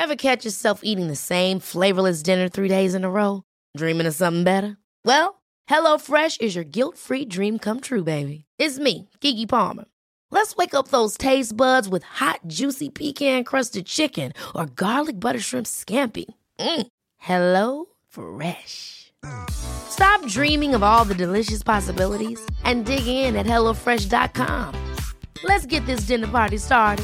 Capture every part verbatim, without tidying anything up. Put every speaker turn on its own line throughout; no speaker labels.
Ever catch yourself eating the same flavorless dinner three days in a row? Dreaming of something better? Well, HelloFresh is your guilt-free dream come true, baby. It's me, Keke Palmer. Let's wake up those taste buds with hot, juicy pecan-crusted chicken or garlic butter shrimp scampi. Mm. Hello Fresh. Stop dreaming of all the delicious possibilities and dig in at hello fresh dot com. Let's get this dinner party started.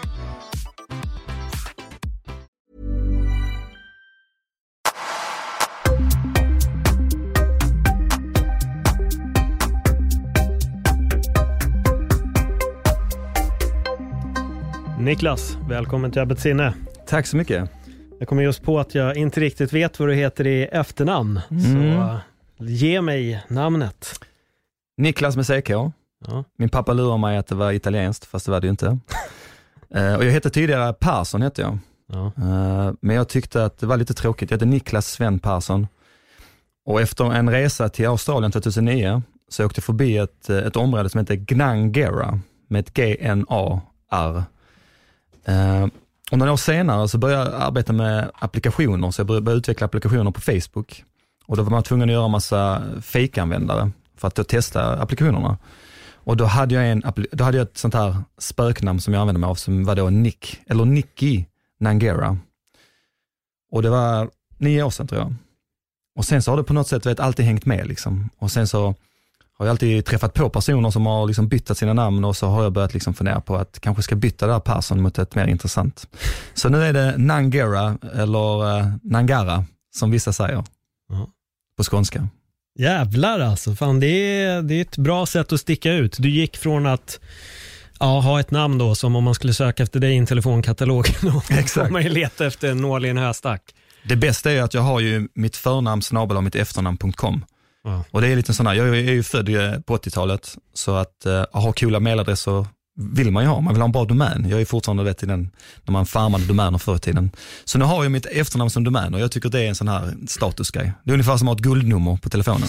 Niklas, välkommen till Arbets sinne.
Tack så mycket.
Jag kommer just på att jag inte riktigt vet vad du heter i efternamn. Mm. Så ge mig namnet.
Niklas med C K. Ja. Min pappa lurar mig att det var italienskt, fast det var det ju inte. uh, och jag hette tidigare Persson, hette jag. Ja. Uh, men jag tyckte att det var lite tråkigt. Jag hette Niklas Sven Persson. Och efter en resa till Australien tjugohundranio så åkte jag förbi ett, ett område som heter Gnangara med ett G N A R. Uh, och några år senare så började jag arbeta med applikationer, så jag började utveckla applikationer på Facebook. Och då var man tvungen att göra en massa fake-användare för att då testa applikationerna. Och då hade jag en då hade jag ett sånt här spöknamn som jag använde mig av, som var då Nick, eller Nicky Nangera. Och det var nio år sedan, tror jag. Och sen så har det på något sätt vet, alltid hängt med liksom. Och sen så har jag alltid träffat på personer som har liksom byttat sina namn, och så har jag börjat liksom fundera på att kanske ska byta det här Persson mot ett mer intressant. Så nu är det Nangera eller uh, Nangara som vissa säger uh-huh. på skånska.
Jävlar alltså, fan det är, det är ett bra sätt att sticka ut. Du gick från att ja, ha ett namn då som om man skulle söka efter dig i en telefonkatalog och
exakt.
Man leta efter en nål i en höstack.
Det bästa är att jag har ju mitt förnamn snabel och mitt efternamn punkt com. Ja. Och det är lite sån här, jag är ju född på åttiotalet, så att uh, ha coola mailadresser vill man ju ha. Man vill ha en bra domän. Jag är fortfarande vet i den när man farmade domäner förr i tiden. Så nu har jag mitt efternamn som domän, och jag tycker det är en sån här statusgrej. Det är ungefär som att ha ett guldnummer på telefonen.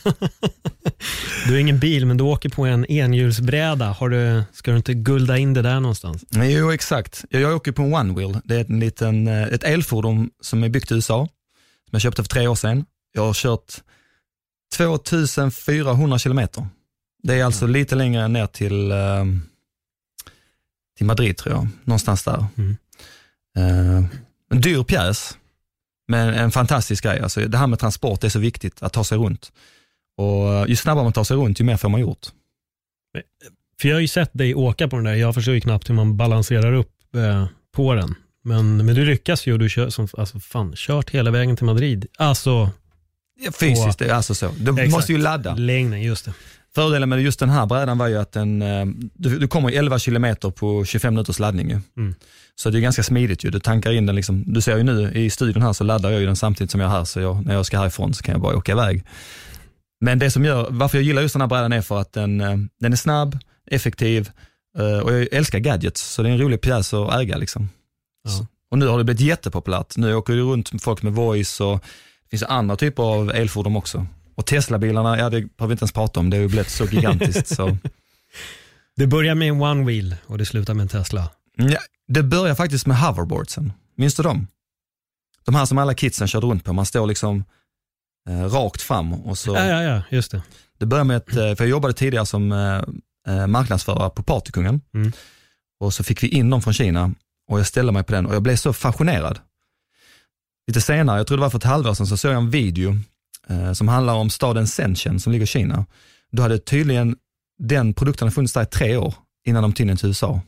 Du har ingen bil, men du åker på en enhjulsbräda. Har du, ska du inte gulda in det där någonstans?
Jo, exakt. Jag, jag åker på en One Wheel. Det är en liten, ett elfordon som är byggt i U S A. Som jag köpte för tre år sedan. Jag har kört tvåtusenfyrahundra kilometer. Det är alltså mm. lite längre ner till... Uh, till Madrid, tror jag. Någonstans där. Mm. Uh, en dyr pjäs, men en fantastisk grej. Alltså, det här med transport är så viktigt, att ta sig runt. Och ju snabbare man tar sig runt, ju mer får man gjort.
För jag har ju sett dig åka på den där. Jag förstår ju knappt hur man balanserar upp eh, på den. Men, men du lyckas ju, och du kör som, alltså fan, kört hela vägen till Madrid. Alltså...
Ja, fysiskt, det är alltså så. Du exakt. Måste ju ladda.
Längden, just det.
Fördelen med just den här brädan var ju att den, du, du kommer i elva kilometer på tjugofem minuters laddning. Ju. Mm. Så det är ganska smidigt ju. Du tankar in den liksom, du ser ju nu i studion här så laddar jag ju den samtidigt som jag är här, så jag, när jag ska härifrån så kan jag bara åka iväg. Men det som gör, varför jag gillar just den här brädan är för att den, den är snabb, effektiv, och jag älskar gadgets, så det är en rolig pjäs att äga liksom. Ja. Och nu har det blivit jättepopulärt. Nu åker du runt med folk med voice, och det finns andra typer av elfordon också. Och Tesla-bilarna, ja, det behöver vi inte ens prata om. Det har ju blivit så gigantiskt. Så.
Det börjar med en One Wheel och det slutar med en Tesla.
Ja, det börjar faktiskt med hoverboardsen. Minns du dem? De här som alla kidsen körde runt på. Man står liksom eh, rakt fram. Och så.
Ja, ja, ja, just det.
Det börjar med ett, för jag jobbade tidigare som eh, marknadsförare på Partykungen. Mm. Och så fick vi in dem från Kina. Och jag ställde mig på den och jag blev så fascinerad. Lite senare, jag tror det var för ett halvår sedan, så såg jag en video som handlar om staden Shenzhen som ligger i Kina. Då hade tydligen den produkten funnits där i tre år innan de tog in till U S A.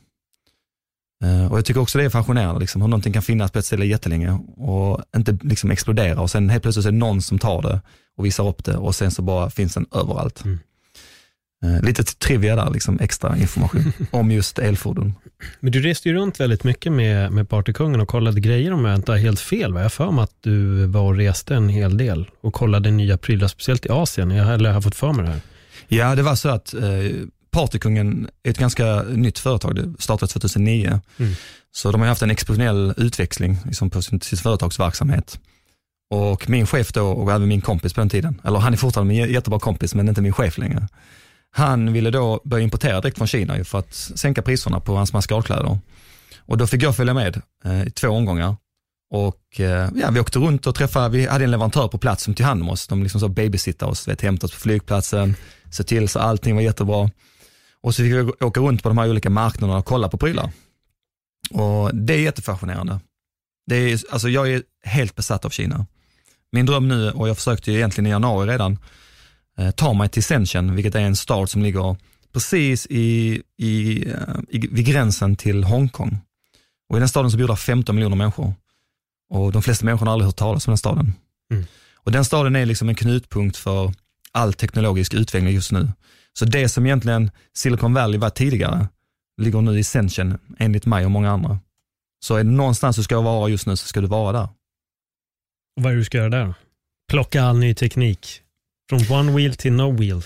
Och jag tycker också det är fascinerande liksom, hur någonting kan finnas på ett ställe jättelänge och inte liksom explodera, och sen helt plötsligt är det någon som tar det och visar upp det, och sen så bara finns den överallt. Mm. Lite trivia där, liksom extra information om just elfordon.
Men du reste ju runt väldigt mycket med, med Partykungen och kollade grejer, om jag inte har helt fel. Jag för mig att du var och reste en hel del och kollade nya prylar, speciellt i Asien. Jag har, har fått för mig det här. Ja, det var så att eh, Partykungen är ett ganska nytt företag. Det startade tjugohundranio. Mm. Så de har haft en exponentiell utväxling liksom, på sin, sin företagsverksamhet. Och min chef då, och även min kompis på den tiden, eller han är fortfarande min jättebra kompis, men inte min chef längre. Han ville då börja importera direkt från Kina för att sänka priserna på hans maskalkläder. Och då fick jag följa med eh, i två omgångar.
Och ja, vi åkte runt och träffade, vi hade en leverantör på plats som tog hand om oss. De liksom så babysittade oss, vet, hämtade oss på flygplatsen, se till så allting var jättebra. Och så fick vi åka runt på de här olika marknaderna och kolla på prylar. Och det är jättefascinerande. Det är, alltså jag är helt besatt av Kina. Min dröm nu, och jag försökte ju egentligen i januari redan, eh, ta mig till Shenzhen, vilket är en stad som ligger precis i, i, i, vid gränsen till Hongkong. Och i den staden så bor det femton miljoner människor. Och de flesta människor har aldrig hört talas om den staden. Mm. Och den staden är liksom en knutpunkt för all teknologisk utveckling just nu. Så det som egentligen Silicon Valley var tidigare ligger nu i Shenzhen, enligt mig och många andra. Så är det någonstans du ska vara just nu, så ska du vara där.
Och vad är det du ska göra där? Plocka all ny teknik. Från one wheel till no wheel.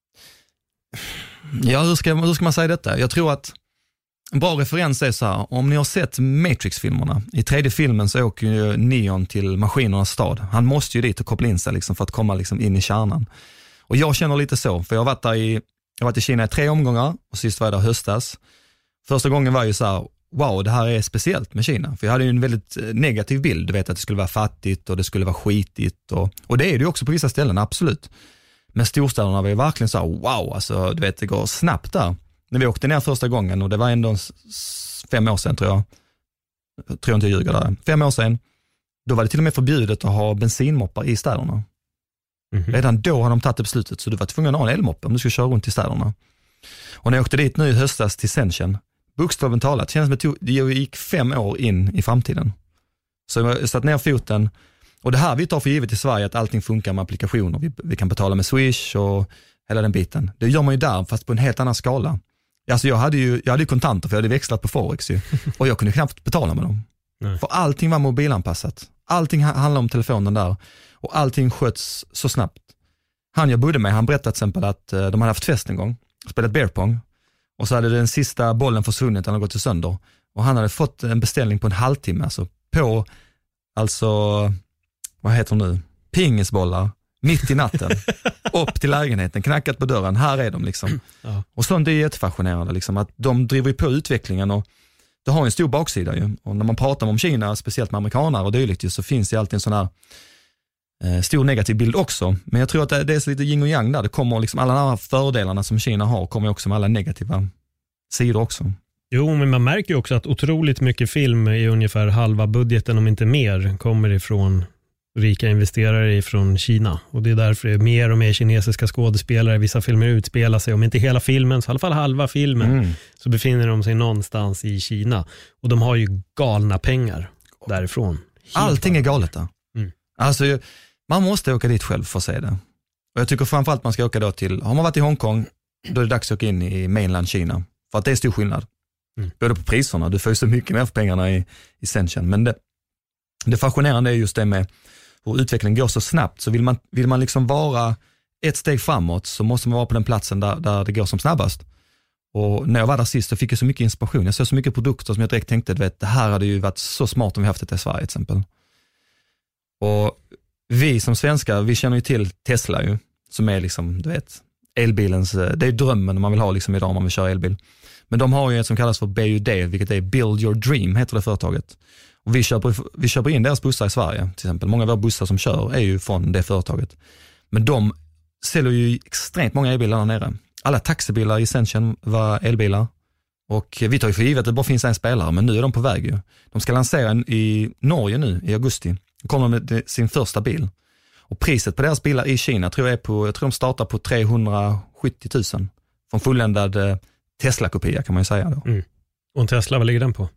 Ja, hur ska, hur ska man säga detta? Jag tror att en bra referens är så här, om ni har sett Matrix-filmerna, i tredje filmen så åker ju Neon till maskinernas stad. Han måste ju dit och koppla in sig liksom för att komma liksom in i kärnan. Och jag känner lite så, för jag har varit där i, jag har varit i Kina i tre omgångar och sist var jag där höstas. Första gången var ju så här, wow, det här är speciellt med Kina. För jag hade ju en väldigt negativ bild, du vet att det skulle vara fattigt och det skulle vara skitigt. Och, och det är det ju också på vissa ställen, absolut. Men storstäderna var ju verkligen så här, wow, alltså du vet det går snabbt där. När vi åkte ner första gången, och det var ändå fem år sedan tror jag, jag tror inte jag ljuger där, fem år sedan, då var det till och med förbjudet att ha bensinmoppar i städerna. Mm-hmm. Redan då har de tagit det beslutet, så du var tvungen att ha en elmoppe om du skulle köra runt i städerna. Och när jag åkte dit nu i höstas till Shenzhen, bokstavligt talat, känns som att det gick fem år in i framtiden. Så jag satt ner foten, och det här vi tar för givet i Sverige, att allting funkar med applikationer. Vi, vi kan betala med Swish och hela den biten. Det gör man ju där, fast på en helt annan skala. Alltså jag hade ju jag hade kontanter, för jag hade växlat på Forex ju, och jag kunde knappt betala med dem. Nej. För allting var mobilanpassat. Allting handlade om telefonen där, och allting sköts så snabbt. Han jag bodde med, han berättade till exempel att de hade haft fest en gång, spelat beer pong, och så hade den sista bollen försvunnit, han hade gått till sönder, och han hade fått en beställning på en halvtimme, alltså på, alltså vad heter det nu, pingisbollar mitt i natten, upp till lägenheten, knackat på dörren, här är de liksom. Ja. Och sånt är jättefascinerande liksom, att de driver ju på utvecklingen, och det har en stor baksida ju. Och när man pratar om Kina, speciellt med amerikaner och dylikt, så finns det alltid en sån här eh, stor negativ bild också. Men jag tror att det, det är så lite yin och yang där, det kommer liksom, alla de här fördelarna som Kina har kommer också med alla negativa sidor också.
Jo, men man märker ju också att otroligt mycket film i ungefär halva budgeten, om inte mer, kommer ifrån rika investerare från Kina. Och det är därför det är mer och mer kinesiska skådespelare. Vissa filmer utspelar sig, om inte hela filmen, så i alla fall halva filmen, mm. så befinner de sig någonstans i Kina. Och de har ju galna pengar därifrån.
Allting är galet där. Mm. Alltså, man måste åka dit själv för att se det. Och jag tycker framförallt man ska åka då till, har man varit i Hongkong, då är det dags att åka in i mainland Kina. För att det är stor skillnad. Mm. Både på priserna, du får ju så mycket mer för pengarna i, i Shenzhen. Men det, det fascinerande är just det med hur utvecklingen går så snabbt. Så vill man, vill man liksom vara ett steg framåt, så måste man vara på den platsen där, där det går som snabbast. Och när jag var där sist så fick jag så mycket inspiration. Jag såg så mycket produkter som jag direkt tänkte, vet, det här hade ju varit så smart om vi haft det i Sverige till exempel. Och vi som svenskar, vi känner ju till Tesla ju, som är liksom, du vet, elbilens, det är drömmen man vill ha liksom idag om man vill köra elbil. Men de har ju ett som kallas för B U D, vilket är Build Your Dream, heter det företaget. Och vi köper, vi köper in deras bussar i Sverige till exempel. Många av våra bussar som kör är ju från det företaget. Men de säljer ju extremt många elbilar där nere. Alla taxibilar i Shenzhen var elbilar. Och vi tar ju för givet att det bara finns en spelare, men nu är de på väg ju. De ska lansera en i Norge nu i augusti. De kommer med sin första bil. Och priset på deras bilar i Kina tror jag är på, jag tror de startar på trehundrasjuttio tusen. Från fulländad Tesla-kopia kan man ju säga då. Mm.
Och en Tesla, vad ligger den på?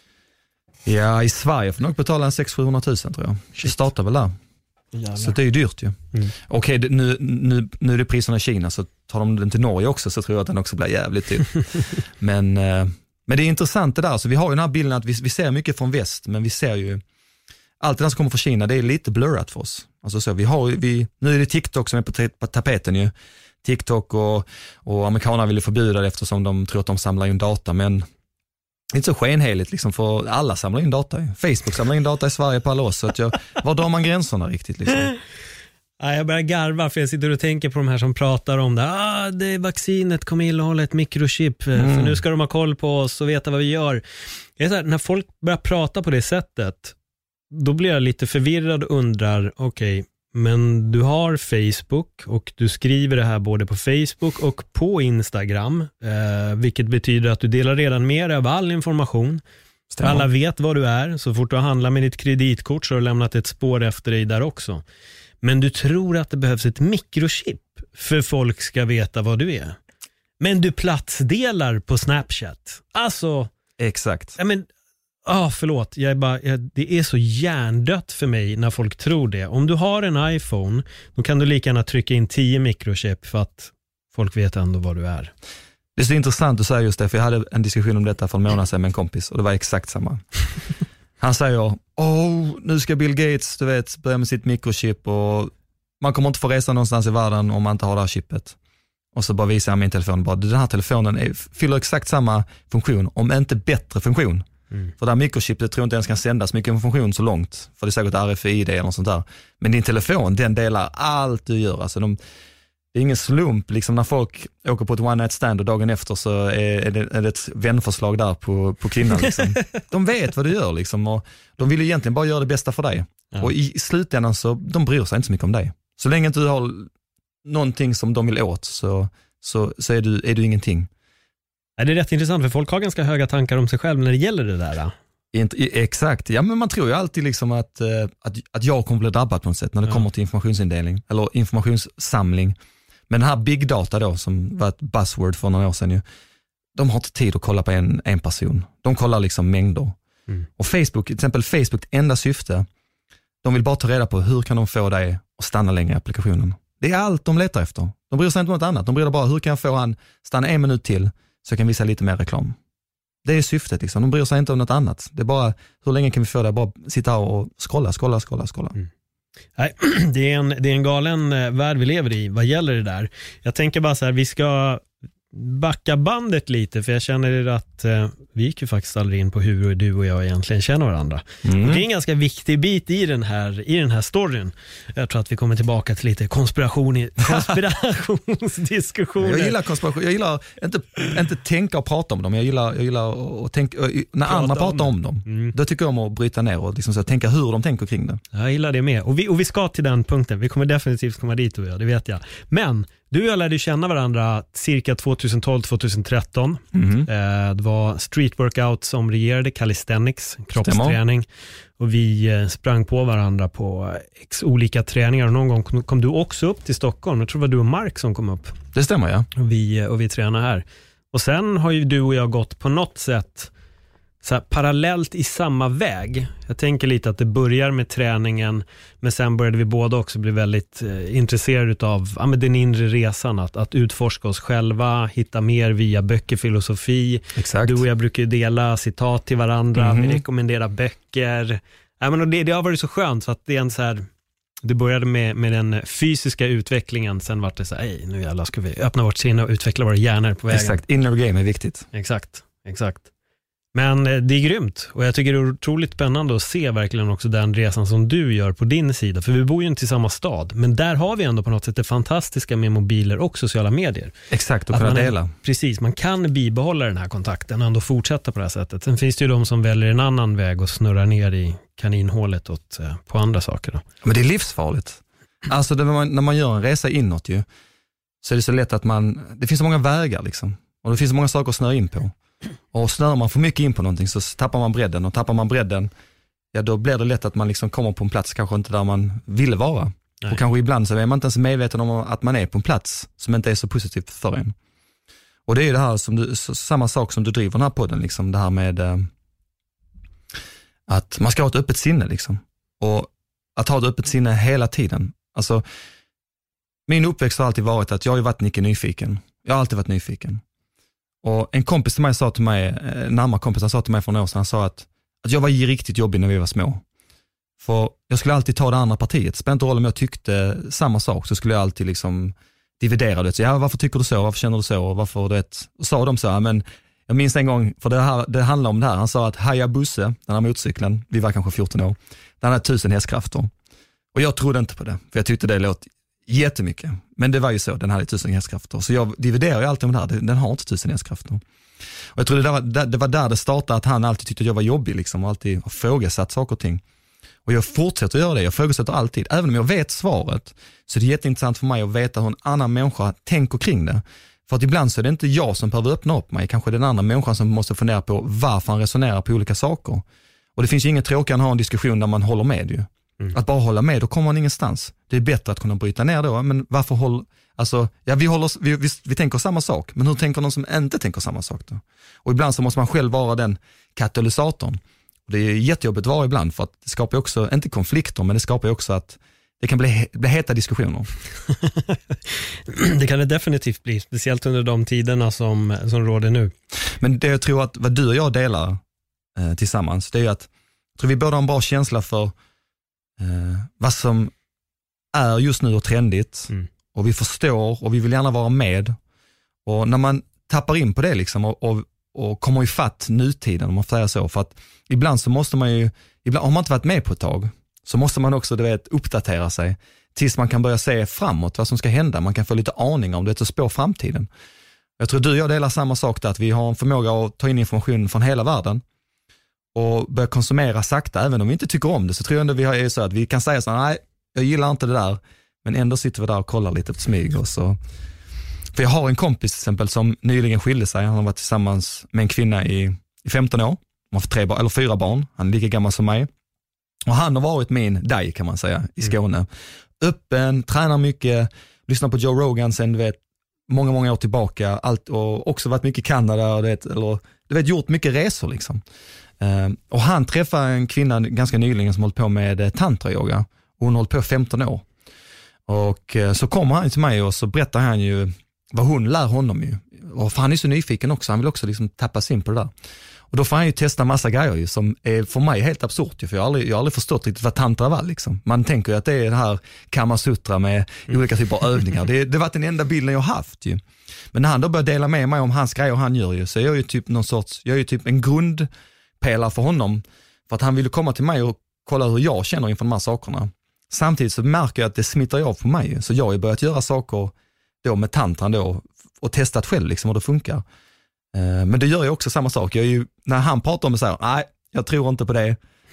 Ja, i Sverige får nog betala en sex till sjuhundra tusen tror jag. Det startar väl där. Jävlar. Så det är ju dyrt ju. Mm. Okej, okay, nu, nu, nu är det priserna i Kina, så tar de den till Norge också, så tror jag att den också blir jävligt dyr. men, eh, men det är intressant det där. Så vi har ju den här bilden att vi, vi ser mycket från väst, men vi ser ju allt det där som kommer från Kina, det är lite blurrat för oss. Alltså så, vi har, vi, nu är det TikTok som är på, t- på tapeten ju. TikTok och, och amerikanerna vill ju förbjuda det eftersom de tror att de samlar in data, men det är inte så skenheligt liksom, för alla samlar in data. Facebook samlar in data i Sverige på alla oss, så att jag, var drar man gränserna riktigt liksom?
Ja, jag börjar garva för jag sitter och tänker på de här som pratar om det. Ah, det vaccinet kommer innehålla ett mikrochip, mm. för nu ska de ha koll på oss och veta vad vi gör. Det är så här, när folk börjar prata på det sättet, då blir jag lite förvirrad och undrar, okej, okay, men du har Facebook och du skriver det här både på Facebook och på Instagram, eh, vilket betyder att du delar redan mer av all information. Stämmer. Alla vet vad du är. Så fort du handlar med ditt kreditkort så har du lämnat ett spår efter dig där också. Men du tror att det behövs ett mikrochip för folk ska veta vad du är. Men du platsdelar på Snapchat. Alltså...
Exakt.
Ja, men... Ah, förlåt, jag är bara, jag, det är så hjärndött för mig när folk tror det. Om du har en iPhone, då kan du lika gärna trycka in tio mikrochip för att folk vet ändå vad du är.
Det är så intressant att säga just det, för jag hade en diskussion om detta för en månad sedan med en kompis och det var exakt samma. Han säger, åh, nu ska Bill Gates, du vet, börja med sitt mikrochip och man kommer inte få resa någonstans i världen om man inte har det här chippet. Och så bara visar jag min telefon, bara, den här telefonen är, fyller exakt samma funktion, om inte bättre funktion. Mm. För det här mikrochipet tror jag inte ens kan sända så mycket information så långt, för det är säkert R F I D eller något sånt där. Men din telefon, den delar allt du gör. Alltså de, det är ingen slump, liksom när folk åker på ett one night stand och dagen efter så är, är, det, är det ett vänförslag där på, på kvinnan. Liksom. De vet vad du gör liksom, och de vill ju egentligen bara göra det bästa för dig. Ja. Och i, i slutändan så, de bryr sig inte så mycket om dig. Så länge inte du har någonting som de vill åt så, så, så är, du, är du ingenting.
Ja, det är rätt intressant, för folk har ganska höga tankar om sig själv när det gäller det där. Då.
Inte, exakt, ja, men man tror ju alltid liksom att, att, att jag kommer bli drabbad på något sätt när det ja. kommer till informationsindelning eller informationssamling. Men den här big data då, som var ett buzzword för några år sedan ju, de har inte tid att kolla på en, en person. De kollar liksom mängder. Mm. Och Facebook, till exempel Facebook, enda syfte, de vill bara ta reda på hur kan de få dig att stanna längre i applikationen. Det är allt de letar efter. De bryr sig inte om något annat. De bryr sig bara, hur kan jag få han stanna en minut till så jag kan visa lite mer reklam. Det är syftet liksom. De bryr sig inte om något annat. Det är bara, hur länge kan vi få det? Bara sitta och scrolla, scrolla, scrolla, scrolla. Mm.
Nej, det är, en, det är en galen värld vi lever i vad gäller det där. Jag tänker bara så här, vi ska backa bandet lite, för jag känner att eh, vi gick ju faktiskt aldrig in på hur du och jag egentligen känner varandra. Mm. Och det är en ganska viktig bit i den här, i den här storyn. Jag tror att vi kommer tillbaka till lite konspiration, konspirationsdiskussioner.
Jag gillar konspiration. Jag gillar inte, inte tänka och prata om dem. Jag gillar, jag gillar att tänka, när prata andra pratar om, om dem. Mm. Då tycker jag om att bryta ner och liksom så tänka hur de tänker kring det.
Jag gillar det med. Och vi, och vi ska till den punkten. Vi kommer definitivt komma dit, och det vet jag. Men du och jag lärde känna varandra cirka tjugotolv tjugotretton. Mm. Eh, det var street workout som regerade, calisthenics, kroppsträning. Stämmer. Och vi eh, sprang på varandra på x olika träningar. Och någon gång kom, kom du också upp till Stockholm. Jag tror det var du och Mark som kom upp.
Det stämmer, ja.
Och vi, och vi tränar här. Och sen har ju du och jag gått på något sätt så här, parallellt i samma väg. Jag tänker lite att det börjar med träningen, men sen började vi båda också bli väldigt eh, intresserade av ja, men den inre resan, att, att utforska oss själva, hitta mer via böcker, filosofi.
Exakt.
Du och jag brukar dela citat till varandra, mm-hmm. vi rekommenderar böcker. Ja, men det, det har varit så skönt, så att det är en så här, det började med, med den fysiska utvecklingen, sen var det så här, ej, nu jävlar ska vi öppna vårt sinne och utveckla våra hjärnor på vägen.
Exakt, inner game är viktigt.
Exakt, exakt. Men det är grymt, och jag tycker det är otroligt spännande att se verkligen också den resan som du gör på din sida. För vi bor ju inte i samma stad, men där har vi ändå på något sätt det fantastiska med mobiler och sociala medier.
Exakt, och kunna dela.
Är, precis, man kan bibehålla den här kontakten och ändå fortsätta på det här sättet. Sen finns det ju de som väljer en annan väg och snurrar ner i kaninhålet åt, på andra saker då.
Men det är livsfarligt. Alltså det, när, man, när man gör en resa inåt ju, så är det så lätt att man, det finns så många vägar liksom. Och det finns så många saker att snöra in på. Och snör man för mycket in på någonting så tappar man bredden, och tappar man bredden, ja då blir det lätt att man liksom kommer på en plats kanske inte där man ville vara. Nej. Och kanske ibland så är man inte ens medveten om att man är på en plats som inte är så positivt för en. Och det är ju det här som du, samma sak som du driver den här podden, liksom det här med eh, att man ska ha ett öppet sinne liksom. Och att ha ett öppet sinne hela tiden. Alltså min uppväxt har alltid varit att jag har ju varit mycket nyfiken. Jag har alltid varit nyfiken. Och en kompis till mig sa till mig, en närmare kompis, han sa till mig för några år sedan, han sa att, att jag var riktigt jobbig när vi var små. För jag skulle alltid ta det andra partiet. Spelar inte roll om jag tyckte samma sak, så skulle jag alltid liksom dividera det. Så, ja, varför tycker du så? Varför känner du så? Och varför, du vet, och sa de så här, men jag minns en gång, för det, här, det handlar om det här, han sa att Hayabusa, den här motorcykeln, vi var kanske fjorton år, den hade tusen hästkrafter. Och jag trodde inte på det, för jag tyckte det låt jättemycket. Men det var ju så, den hade tusen hästkrafter. Så jag dividerar ju alltid om det här, den har inte tusen hästkrafter. Och jag tror det var, det var där det startade, att han alltid tyckte att jag var jobbig liksom, och alltid frågasatt saker och ting. Och jag fortsätter göra det, jag ifrågasätter alltid. Även om jag vet svaret så är det jätteintressant för mig att veta hur en annan människa tänker kring det. För att ibland så är det inte jag som behöver öppna upp mig, kanske den andra människan som måste fundera på varför han resonerar på olika saker. Och det finns ju ingen tråkigare än att ha en diskussion där man håller med ju. Mm. Att bara hålla med, då kommer man ingenstans. Det är bättre att kunna bryta ner då, men varför håller, alltså, ja vi håller, vi, vi, vi tänker samma sak, men hur tänker någon som inte tänker samma sak då? Och ibland så måste man själv vara den katalysatorn. Och det är jättejobbigt att vara ibland, för att det skapar också, inte konflikter, men det skapar också att det kan bli, bli heta diskussioner.
Det kan det definitivt bli, speciellt under de tiderna som, som råder nu.
Men det jag tror att vad du och jag delar eh, tillsammans, det är att jag tror vi båda har en bra känsla för eh, vad som är just nu och trendigt. Mm. Och vi förstår och vi vill gärna vara med. Och när man tappar in på det liksom och, och, och kommer i fatt nutiden, om man får säga så, för att ibland så måste man ju, ibland har man inte varit med på ett tag, så måste man också, du vet, uppdatera sig tills man kan börja se framåt vad som ska hända. Man kan få lite aning om det och spå framtiden. Jag tror du och jag delar samma sak där, att vi har en förmåga att ta in information från hela världen och börja konsumera sakta. Även om vi inte tycker om det, så tror jag ändå vi har är så att vi kan säga så här: nej, jag gillar inte det där, men ändå sitter vi där och kollar lite på smyg. Och så. För jag har en kompis till exempel som nyligen skilde sig. Han har varit tillsammans med en kvinna i, i femton år. Han har tre bar- eller fyra barn. Han är lika gammal som mig. Och han har varit min dag, kan man säga, i Skåne. Mm. Öppen, tränar mycket, lyssnar på Joe Rogan sen, du vet, många, många år tillbaka. Allt, och också varit mycket i Kanada, du vet, eller, du vet, gjort mycket resor liksom. Uh, och han träffade en kvinna ganska nyligen som hållit på med tantra-yoga. Och hon har hållit på femton år. Och uh, så kommer han till mig och så berättar han ju vad hon lär honom ju. Och för han är så nyfiken också, han vill också liksom tappas in på det där. Och då får han ju testa massa grejer ju, som är för mig helt absurt ju, för jag har aldrig, jag har aldrig förstått riktigt vad tantra var liksom. Man tänker ju att det är det här Kamasutra med mm. olika typer av övningar. Det, det var den enda bilden jag haft ju. Men när han då börjar dela med mig om hans grejer han gör ju, så jag är ju typ någon sorts, jag är ju typ en grundpelare för honom, för att han ville komma till mig och kolla hur jag känner inför de här sakerna. Samtidigt så märker jag att det smittar av på mig, så jag har ju börjat göra saker då med tantran då och testat själv liksom hur det funkar. Men det gör jag också samma sak. Jag är ju, när han pratar om det så här, nej, jag tror inte på det.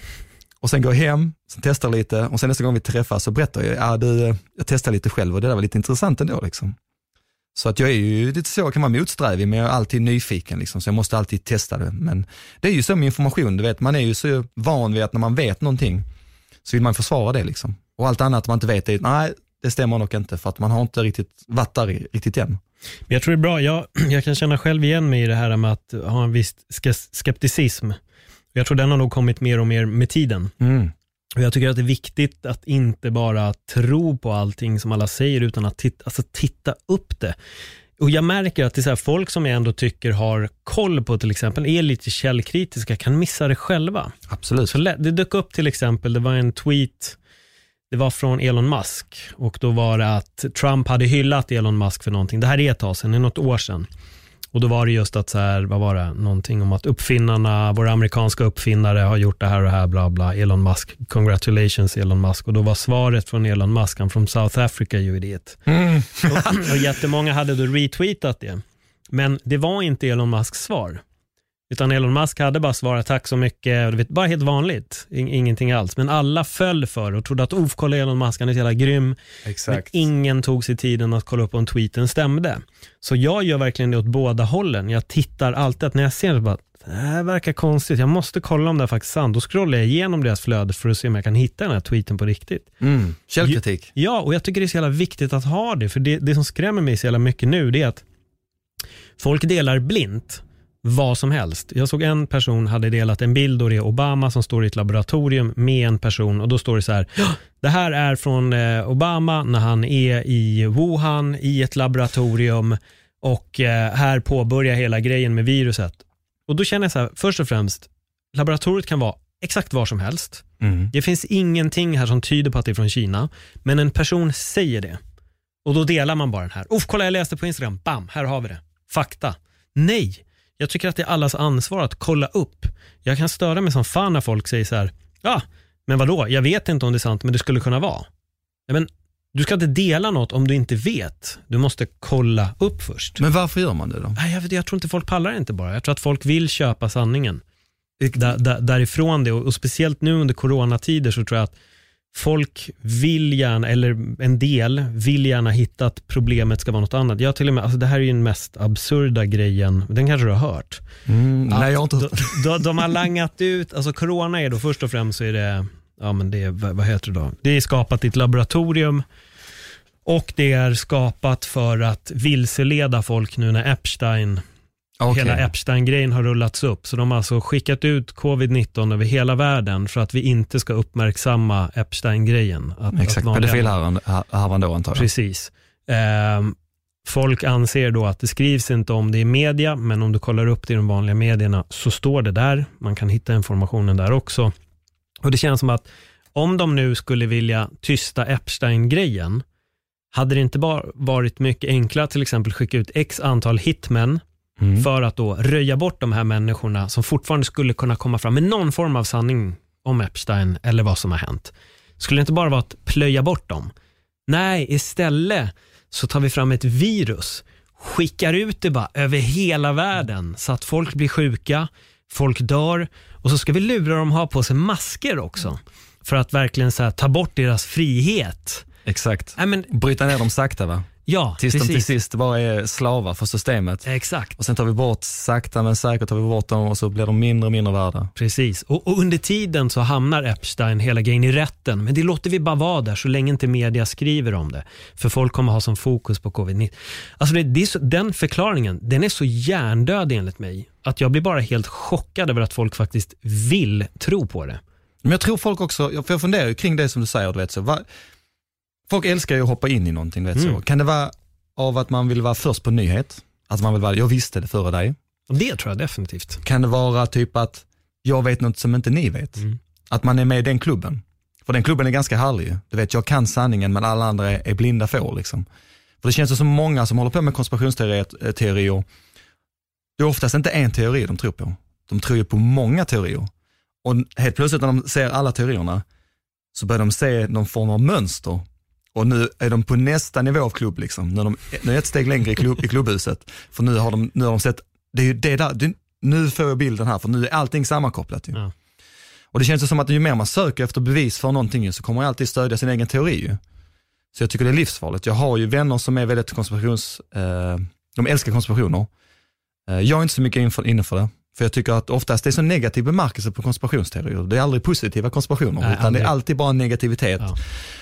Och sen går jag hem, sen testar lite, och sen nästa gång vi träffas så berättar jag, ja, du, jag testar lite själv och det där var lite intressant ändå liksom. Så att jag är ju lite så, kan vara motsträvig, men jag är alltid nyfiken liksom, så jag måste alltid testa det. Men det är ju så med information, du vet, man är ju så van vid att när man vet någonting så vill man försvara det liksom. Och allt annat man inte vet är, nej, det stämmer nog inte, för att man har inte riktigt varit där riktigt än.
Men jag tror det är bra, jag, jag kan känna själv igen mig i det här med att ha en viss skepticism. Jag tror den har nog kommit mer och mer med tiden. Mm. Och jag tycker att det är viktigt att inte bara tro på allting som alla säger, utan att titta, alltså titta upp det. Och jag märker att det är så här, folk som jag ändå tycker har koll på till exempel, är lite källkritiska, kan missa det själva.
Absolut.
Så det dök upp till exempel, det var en tweet, det var från Elon Musk, och då var det att Trump hade hyllat Elon Musk för någonting. Det här är ett tag sedan, det är något år sedan. Och då var det just att så här, vad var det? Någonting om att uppfinnarna, våra amerikanska uppfinnare har gjort det här och det här, bla bla. Elon Musk, congratulations Elon Musk. Och då var svaret från Elon Musk, han från South Africa, you idiot. Mm. och, och jättemånga hade då retweetat det. Men det var inte Elon Musks svar. Utan Elon Musk hade bara svarat tack så mycket, du vet, bara helt vanligt, In- ingenting alls. Men alla föll för och trodde att oh, kolla Elon Musk, han är så jävla grym.
Exakt.
Men ingen tog sig tiden att kolla upp om tweeten stämde. Så jag gör verkligen det åt båda hållen. Jag tittar alltid att när jag ser det, bara, det här verkar konstigt, jag måste kolla om det är faktiskt sant. Då scrollar jag igenom deras flöde för att se om jag kan hitta den här tweeten på riktigt.
Mm. Källkritik.
Ja, och jag tycker det är så jävla viktigt att ha det. För det, det som skrämmer mig så jävla mycket nu, det är att folk delar blint vad som helst. Jag såg en person hade delat en bild och det är Obama som står i ett laboratorium med en person, och då står det så här: det här är från eh, Obama när han är i Wuhan i ett laboratorium, och eh, här påbörjar hela grejen med viruset. Och då känner jag så här, först och främst, laboratoriet kan vara exakt var som helst. Mm. Det finns ingenting här som tyder på att det är från Kina, men en person säger det. Och då delar man bara den här. Uff, kolla, jag läste på Instagram. Bam, här har vi det. Fakta. Nej. Jag tycker att det är allas ansvar att kolla upp. Jag kan störa mig som fan när folk säger så här: ja, men vadå? Jag vet inte om det är sant, men det skulle kunna vara. Ja, men du ska inte dela något om du inte vet. Du måste kolla upp först.
Men varför gör man det då?
Nej, jag, vet, jag tror inte folk pallar inte bara. Jag tror att folk vill köpa sanningen. där, där, därifrån det. Och, och speciellt nu under coronatider så tror jag att folk vill gärna, eller en del vill gärna hitta att problemet ska vara något annat. Jag till och med, alltså det här är ju den mest absurda grejen, den kanske du har hört.
Mm, nej, jag har inte.
De, de, de har langat ut, alltså corona är då först och främst så är det, ja men det är, vad heter det då? Det är skapat i ett laboratorium och det är skapat för att vilseleda folk nu när Epstein, okay. hela Epstein-grejen har rullats upp. Så de har alltså skickat ut covid nitton över hela världen för att vi inte ska uppmärksamma Epstein-grejen. Att,
Exakt, pedofilhärvan då antar jag.
Precis. Ehm, folk anser då att det skrivs inte om det i media, men om du kollar upp det i de vanliga medierna så står det där. Man kan hitta informationen där också. Och det känns som att om de nu skulle vilja tysta Epstein-grejen, hade det inte bara varit mycket enklare till exempel skicka ut x antal hitmen mm. för att då röja bort de här människorna som fortfarande skulle kunna komma fram med någon form av sanning om Epstein eller vad som har hänt. Skulle det inte bara vara att plöja bort dem? Nej, istället så tar vi fram ett virus, skickar ut det bara över hela världen så att folk blir sjuka, folk dör och så ska vi lura dem att ha på sig masker också för att verkligen så här, ta bort deras frihet.
Exakt.
I men,
bryta ner dem sakta va?
Ja,
tills
precis.
de till sist bara är slavar för systemet.
Exakt.
Och sen tar vi bort sakta men säkert tar vi bort dem och så blir de mindre och mindre värda.
Precis. Och, och under tiden så hamnar Epstein hela grejen i rätten. Men det låter vi bara vara där så länge inte media skriver om det. För folk kommer ha som fokus på covid nitton. Alltså det, det är så, den förklaringen, den är så hjärndöd enligt mig. Att jag blir bara helt chockad över att folk faktiskt vill tro på det.
Men jag tror folk också, för jag funderar ju kring det som du säger, du vet så. Va, folk älskar ju att hoppa in i någonting, vet mm. så. Kan det vara av att man vill vara först på nyhet? Att man vill vara, jag visste det före dig.
Det tror jag definitivt.
Kan det vara typ att jag vet något som inte ni vet? Mm. Att man är med i den klubben. För den klubben är ganska härlig. Du vet, jag kan sanningen men alla andra är, är blinda får liksom. För det känns ju som många som håller på med konspirationsteorier. Det är oftast inte en teori de tror på. De tror ju på många teorier. Och helt plötsligt när de ser alla teorierna så börjar de se någon form av mönster. Och nu är de på nästa nivå av klubb liksom. Nu är de nu är ett steg längre i, klubb, i klubbhuset. För nu har de, nu har de sett, det är ju det där, det, nu får jag bilden här för nu är allting sammankopplat ju. Ja. Och det känns ju som att ju mer man söker efter bevis för någonting så kommer man alltid stödja sin egen teori ju. Så jag tycker det är livsfarligt. Jag har ju vänner som är väldigt konspirations, eh, de älskar konspirationer. Eh, jag är inte så mycket inne för det. För jag tycker att oftast det är så negativ bemärkelse på konspirationsteorier. Det är aldrig positiva konspirationer Nej, utan aldrig. Det är alltid bara negativitet. Ja.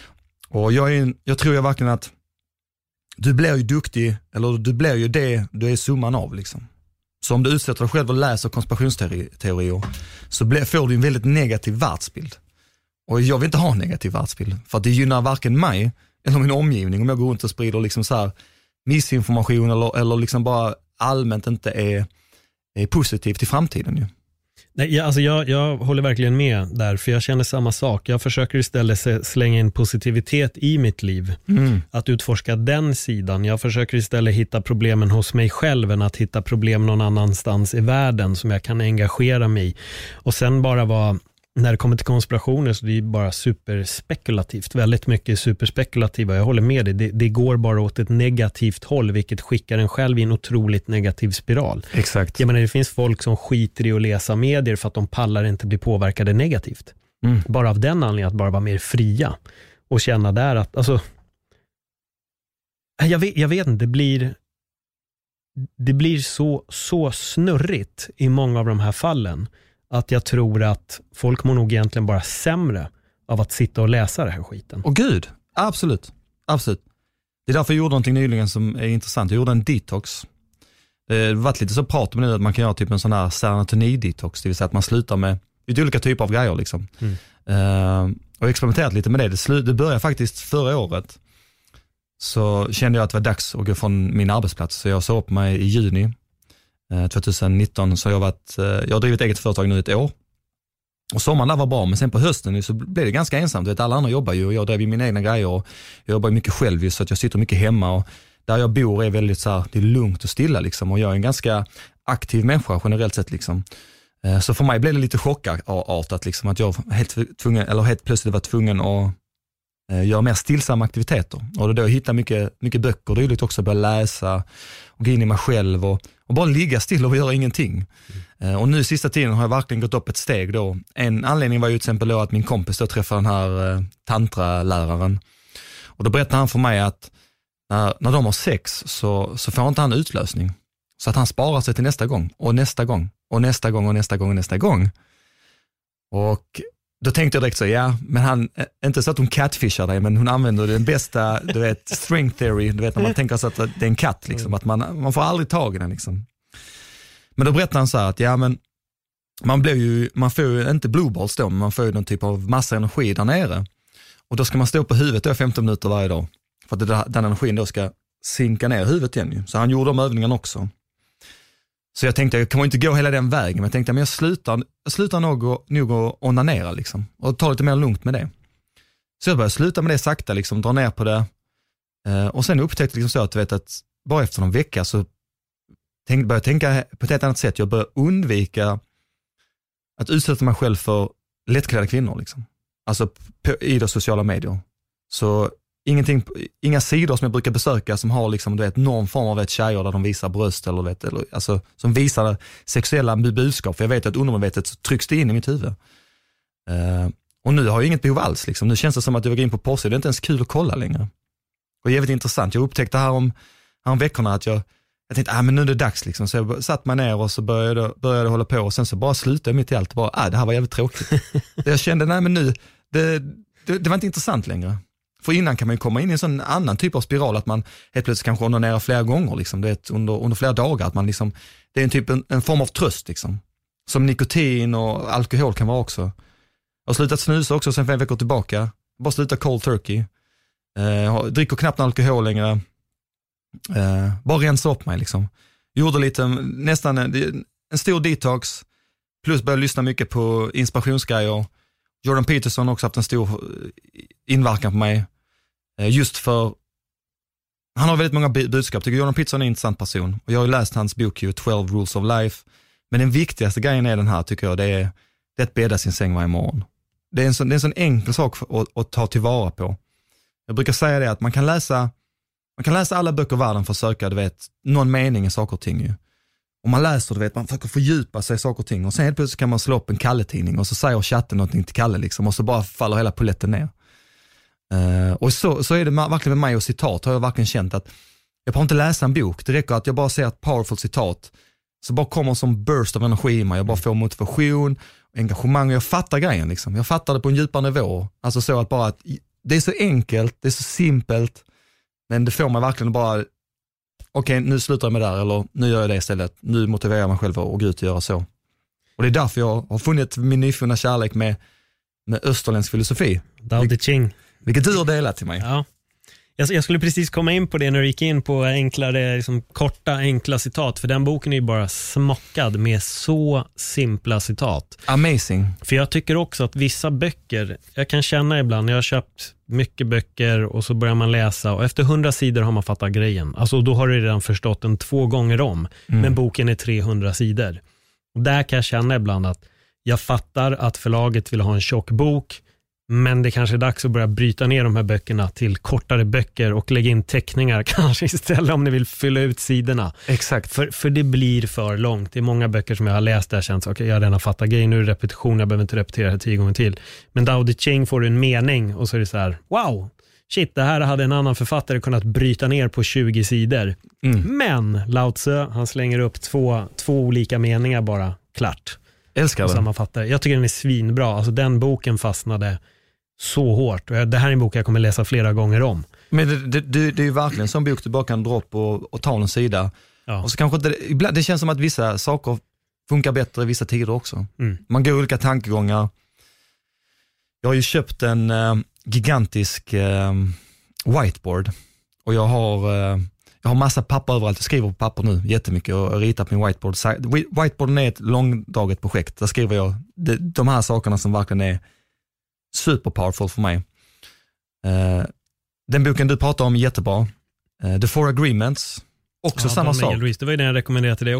Och jag, är, jag tror jag verkligen att du blir ju duktig, eller du blir ju det du är summan av liksom. Så om du utsätter dig själv och läser konspirationsteorier så blir, får du en väldigt negativ världsbild. Och jag vill inte ha en negativ världsbild för att det gynnar varken mig eller min omgivning om jag går runt och sprider liksom så här missinformation eller, eller liksom bara allmänt inte är, är positivt i framtiden ju.
Nej, jag, alltså jag, jag håller verkligen med där, för jag känner samma sak. Jag försöker istället slänga in positivitet i mitt liv. Mm. Att utforska den sidan. Jag försöker istället hitta problemen hos mig själv än att hitta problem någon annanstans i världen som jag kan engagera mig i. Och sen bara vara, när det kommer till konspirationer så det är bara superspekulativt. Väldigt mycket superspekulativa. Jag håller med dig. Det, det går bara åt ett negativt håll vilket skickar en själv i en otroligt negativ spiral.
Exakt.
Jag menar, det finns folk som skiter i att läsa medier för att de pallar inte bli påverkade negativt. Mm. Bara av den anledningen att bara vara mer fria. Och känna där att, alltså jag vet, jag vet inte, det blir det blir så, så snurrigt i många av de här fallen. Att jag tror att folk mår nog egentligen bara sämre av att sitta och läsa det här skiten.
Och gud, absolut. Absolut. Det är därför jag gjorde någonting nyligen som är intressant. Jag gjorde en detox. Det har varit lite så prat om det nu att man kan göra typ en sån här serotonin-detox. Det vill säga att man slutar med lite olika typer av grejer liksom. Mm. Uh, och experimenterat lite med det. Det, slu- det började faktiskt förra året. Så kände jag att det var dags att gå från min arbetsplats. Så jag sa upp mig i juni tjugonitton, så jag har varit, jag har drivit eget företag nu ett år. Och sommaren där var bra, men sen på hösten så blev det ganska ensamt. Vet, alla andra jobbar ju och jag drev ju mina egna grejer och jag jobbar mycket själv så att jag sitter mycket hemma och där jag bor är väldigt så här, det är lugnt och stilla liksom och jag är en ganska aktiv människa generellt sett liksom. Så för mig blev det lite chockartat liksom att jag helt tvungen, eller helt plötsligt var tvungen att eh, göra mer stillsamma aktiviteter. Och då hitta mycket, mycket böcker och dylikt också, börja läsa och gå in i mig själv och, och bara ligga still och göra ingenting. Mm. Eh, och nu sista tiden har jag verkligen gått upp ett steg då. En anledning var ju till exempel då att min kompis då träffade den här eh, tantraläraren. Och då berättade han för mig att när, när de har sex så, så får inte han utlösning. Så att han sparar sig till nästa gång och nästa gång och nästa gång och nästa gång och nästa gång. Och då tänkte jag direkt så, ja, men han, inte så att hon catfishar dig, men hon använder den bästa, du vet, string theory, du vet när man tänker så att det är en katt liksom, att man, man får aldrig tag i den liksom. Men då berättade han så här att, ja men man blir ju, man får ju inte blue balls då, men man får ju någon typ av massa energi där nere. Och då ska man stå på huvudet då femton minuter varje dag. För att det, den energin då ska sinka ner huvudet igen ju. Så han gjorde de övningarna också. Så jag tänkte, jag kommer inte gå hela den vägen, men jag tänkte, men jag slutar, jag slutar nog, nog att onanera liksom. Och ta lite mer lugnt med det. Så jag började sluta med det sakta, liksom, dra ner på det. Eh, och sen upptäckte liksom så att, du vet, att bara efter någon vecka så tänk, började jag tänka på ett helt annat sätt. Jag började undvika att utsätta mig själv för lättklädda kvinnor liksom. Alltså på, i de sociala medier. Så ingenting, inga sidor som jag brukar besöka som har liksom, du vet, någon form av ett tjejer där de visar bröst eller, vet, eller alltså, som visar sexuella budskap. För jag vet att undermedvetet så trycks det in i mitt huvud. Uh, och nu har jag inget behov alls. Liksom. Nu känns det som att jag går in på porrsidor. Det är inte ens kul att kolla längre. Och det är jävligt intressant. Jag upptäckte här om, här om veckorna att jag, jag tänkte, ah, men nu är det dags. Liksom. Så jag satt mig ner och så började, började hålla på. Och sen så bara slutade jag mitt i allt. Och bara, ah, det här var jävligt tråkigt. Jag kände, nej men nu, det, det, det var inte intressant längre. För innan kan man ju komma in i en sån annan typ av spiral, att man helt plötsligt kanske onanerar flera gånger liksom, det är under, under flera dagar, att man liksom, det är en typ en, en form av tröst liksom. Som nikotin och alkohol kan vara också. Jag har slutat snusa också sen fem veckor tillbaka. Bara slutat cold turkey. Eh, dricker knappt alkohol längre. Eh, bara rensa upp mig liksom. Gjorde lite, nästan en, en stor detox. Plus började lyssna mycket på inspirationsgrejer. Jordan Peterson har också haft en stor inverkan på mig. Just för han har väldigt många budskap. Tycker Jordan Peterson är en intressant person. Och jag har ju läst hans bok ju, twelve Rules of Life. Men den viktigaste grejen är den här, tycker jag. Det är, det är att bädda sin säng varje morgon. Det är en sån, det är en sån enkel sak att, att ta tillvara på. Jag brukar säga det att man kan läsa man kan läsa alla böcker i världen för att söka, du vet, någon mening i saker och ting ju. Om man läser, du vet, man försöker fördjupa sig i saker och ting. Och sen helt plötsligt kan man slå upp en Kalle-tidning och så säger chatten någonting till Kalle liksom. Och så bara faller hela poletten ner. Uh, och så, så är det verkligen med mig och citat. Har jag verkligen känt att jag behöver inte läsa en bok. Det räcker att jag bara ser ett powerful citat. Så bara kommer som burst av energi i mig. Jag bara får motivation, engagemang. Och jag fattar grejen liksom. Jag fattar det på en djupare nivå. Alltså så att bara att det är så enkelt, det är så simpelt. Men det får mig verkligen bara, okej, okay, nu slutar jag med det där, eller nu gör jag det istället. Nu motiverar jag mig själv att gå ut och göra så. Och det är därför jag har funnit min nyfunna kärlek med, med österländsk filosofi.
Dao De Ching.
Vilket du har delat till mig.
Ja. Jag, jag skulle precis komma in på det när du gick in på enklare, liksom, korta, enkla citat. För den boken är ju bara smockad med så simpla citat.
Amazing.
För jag tycker också att vissa böcker, jag kan känna ibland, jag har köpt mycket böcker och så börjar man läsa och efter hundra sidor har man fattat grejen. Alltså då har du redan förstått den två gånger om. Mm. Men boken är trehundra sidor. Och där kan jag känna ibland att jag fattar att förlaget vill ha en tjock bok. Men det kanske är dags att börja bryta ner de här böckerna till kortare böcker och lägga in teckningar kanske istället om ni vill fylla ut sidorna.
Exakt.
För, för det blir för långt. Det är många böcker som jag har läst där känns, okej, okay, jag har redan fattat grejer, nu är det repetition, jag behöver inte repetera det tio gånger till. Men Dao De Ching får du en mening och så är det så här, wow, shit, det här hade en annan författare kunnat bryta ner på tjugo sidor. Mm. Men Lao Tzu, han slänger upp två, två olika meningar bara, klart.
Älskar det.
Sammanfattar. Jag tycker den är svinbra. Alltså den boken fastnade så hårt. Och det här är en bok jag kommer läsa flera gånger om.
Men det, det, det, det är ju verkligen en sån bok du bara kan dra upp och, och ta en sida. Ja. Och så kanske det, ibland, det känns som att vissa saker funkar bättre i vissa tider också. Mm. Man går olika tankegångar. Jag har ju köpt en äh, gigantisk äh, whiteboard. Och jag har... Äh, Jag har massa papper överallt, jag skriver på papper nu jättemycket och ritar på min whiteboard. Whiteboarden är ett långdraget projekt, där skriver jag de, de här sakerna som verkligen är super powerful för mig. Uh, den boken du pratar om är jättebra. Uh, The Four Agreements, också ja, samma sak.
Louise, det var ju den jag rekommenderade till dig också.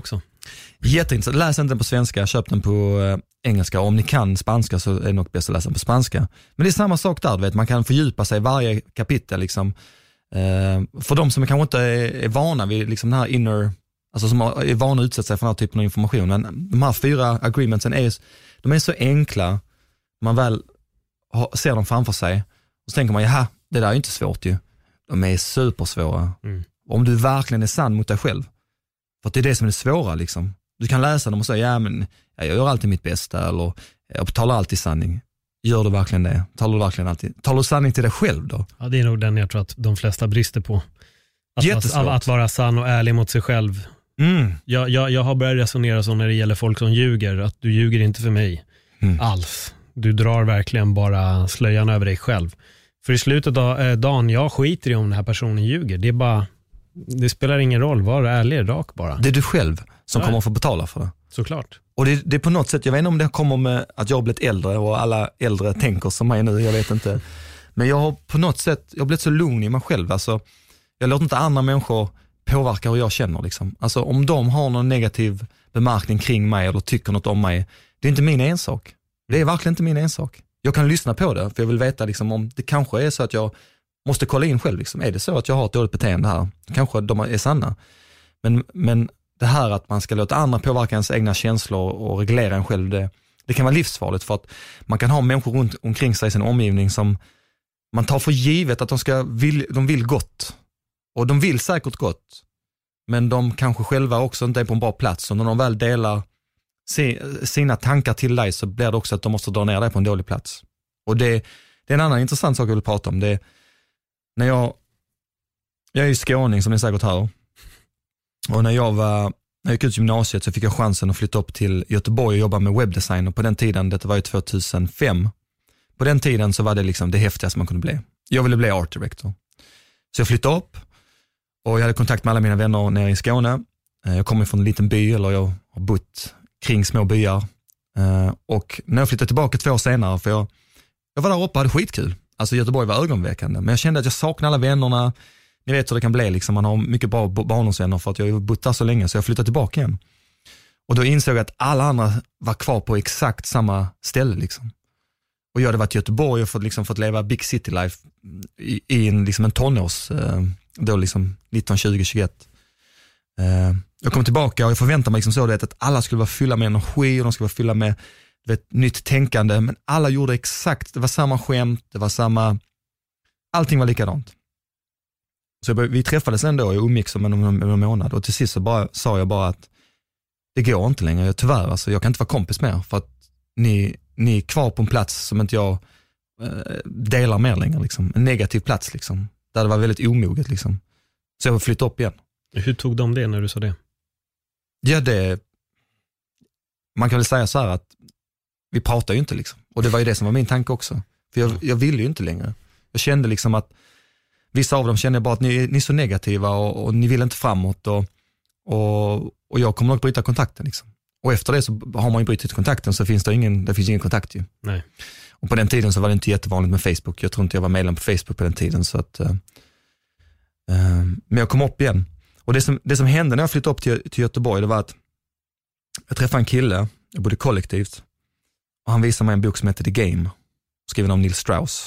Jätteintressant. Läs inte den på svenska, köp den på eh, engelska. Om ni kan spanska så är det nog bäst att läsa den på spanska. Men det är samma sak där, vet. Man kan fördjupa sig i varje kapitel. Liksom. Eh, för de som kanske inte är, är vana vid liksom, den här inner, alltså som är vana att utsätta sig för den här typen av information. Men de här fyra agreementsen är, de är så enkla. Man väl har, ser dem framför sig och så tänker man, jaha, det där är inte svårt ju. De är supersvåra. Mm. Om du verkligen är sann mot dig själv. För att det är det som är det svåra liksom. Du kan läsa dem och säga, ja men jag gör alltid mitt bästa eller jag talar alltid sanning. Gör du verkligen det? Talar du verkligen alltid? Talar du sanning till dig själv då?
Ja, det är nog den jag tror att de flesta brister på. Att, att, att vara sann och ärlig mot sig själv. Mm. Jag, jag, jag har börjat resonera så när det gäller folk som ljuger. Att du ljuger inte för mig mm. alls. Du drar verkligen bara slöjan över dig själv. För i slutet av eh, dagen, jag skiter i om den här personen ljuger. Det är bara, det spelar ingen roll, var ärlig, rak bara.
Det är du själv som ja. kommer att få betala för det.
Såklart.
Och det, det är på något sätt, jag vet inte om det kommer med att jag har blivit äldre och alla äldre tänker som mig nu, jag vet inte. Men jag har på något sätt, jag har blivit så lugn i mig själv. Alltså, jag låter inte andra människor påverka hur jag känner. Liksom. Alltså, om de har någon negativ bemärkning kring mig eller tycker något om mig, det är inte min ensak. Det är verkligen inte min ensak. Jag kan lyssna på det, för jag vill veta liksom, om det kanske är så att jag måste kolla in själv. Liksom. Är det så att jag har ett dåligt beteende här? Kanske de är sanna. Men, men det här att man ska låta andra påverka ens egna känslor och reglera en själv, det, det kan vara livsfarligt, för att man kan ha människor runt omkring sig i sin omgivning som man tar för givet att de, ska vill, de vill gott. Och de vill säkert gott. Men de kanske själva också inte är på en bra plats. Och när de väl delar sina tankar till dig så blir det också att de måste dra ner dig på en dålig plats. Och det, det är en annan intressant sak jag vill prata om. Det är, när jag, jag är ju skåning som ni säkert hör. Och när jag var, när jag gick ut gymnasiet så fick jag chansen att flytta upp till Göteborg och jobba med webbdesign. Och på den tiden, det var ju tvåtusenfem, på den tiden så var det liksom det häftigaste man kunde bli. Jag ville bli art director. Så jag flyttade upp och jag hade kontakt med alla mina vänner nere i Skåne. Jag kommer från en liten by, eller jag har bott kring små byar. Och när jag flyttade tillbaka två år senare, för jag, jag var där uppe och hade skitkul. Alltså Göteborg var ögonväckande. Men jag kände att jag saknade alla vännerna. Ni vet hur det kan bli, liksom. Man har mycket bra barndomsvänner för att jag har bott där så länge, så jag flyttade tillbaka igen. Och då insåg jag att alla andra var kvar på exakt samma ställe. Liksom. Och jag hade varit i Göteborg och fått, liksom, fått leva big city life i, i en, liksom en tonårs, då liksom nitton, tjugo, tjugoett. Jag kom tillbaka och jag förväntade mig liksom så, vet, att alla skulle vara fylla med energi och de skulle vara fylla med, vet, nytt tänkande. Men alla gjorde exakt, det var samma skämt, det var samma, allting var likadant. Så jag, vi träffades ändå och jag umgicks om en, en, en månad. Och till sist så bara, sa jag bara att det går inte längre. Jag, tyvärr, alltså, jag kan inte vara kompis mer. För att ni, ni är kvar på en plats som inte jag eh, delar mer längre. Liksom. En negativ plats. Liksom, där det var väldigt omoget. Liksom. Så jag flyttade upp igen.
Hur tog de det när du sa det?
Ja, det... Man kan väl säga så här att vi pratar ju inte. Liksom. Och det var ju det som var min tanke också. För jag, jag ville ju inte längre. Jag kände liksom att vissa av dem känner bara att ni, ni är så negativa och, och ni vill inte framåt och, och, och jag kommer nog bryta kontakten. Liksom. Och efter det så har man ju brutit kontakten, så finns det ingen, det finns ingen kontakt ju.
Nej.
Och på den tiden så var det inte jättevanligt med Facebook. Jag tror inte jag var medlem på Facebook på den tiden. Så att, uh, uh, men jag kom upp igen. Och det som, det som hände när jag flyttade upp till, till Göteborg, det var att jag träffade en kille, jag bodde kollektivt, och han visade mig en bok som heter The Game, skriven av Neil Strauss.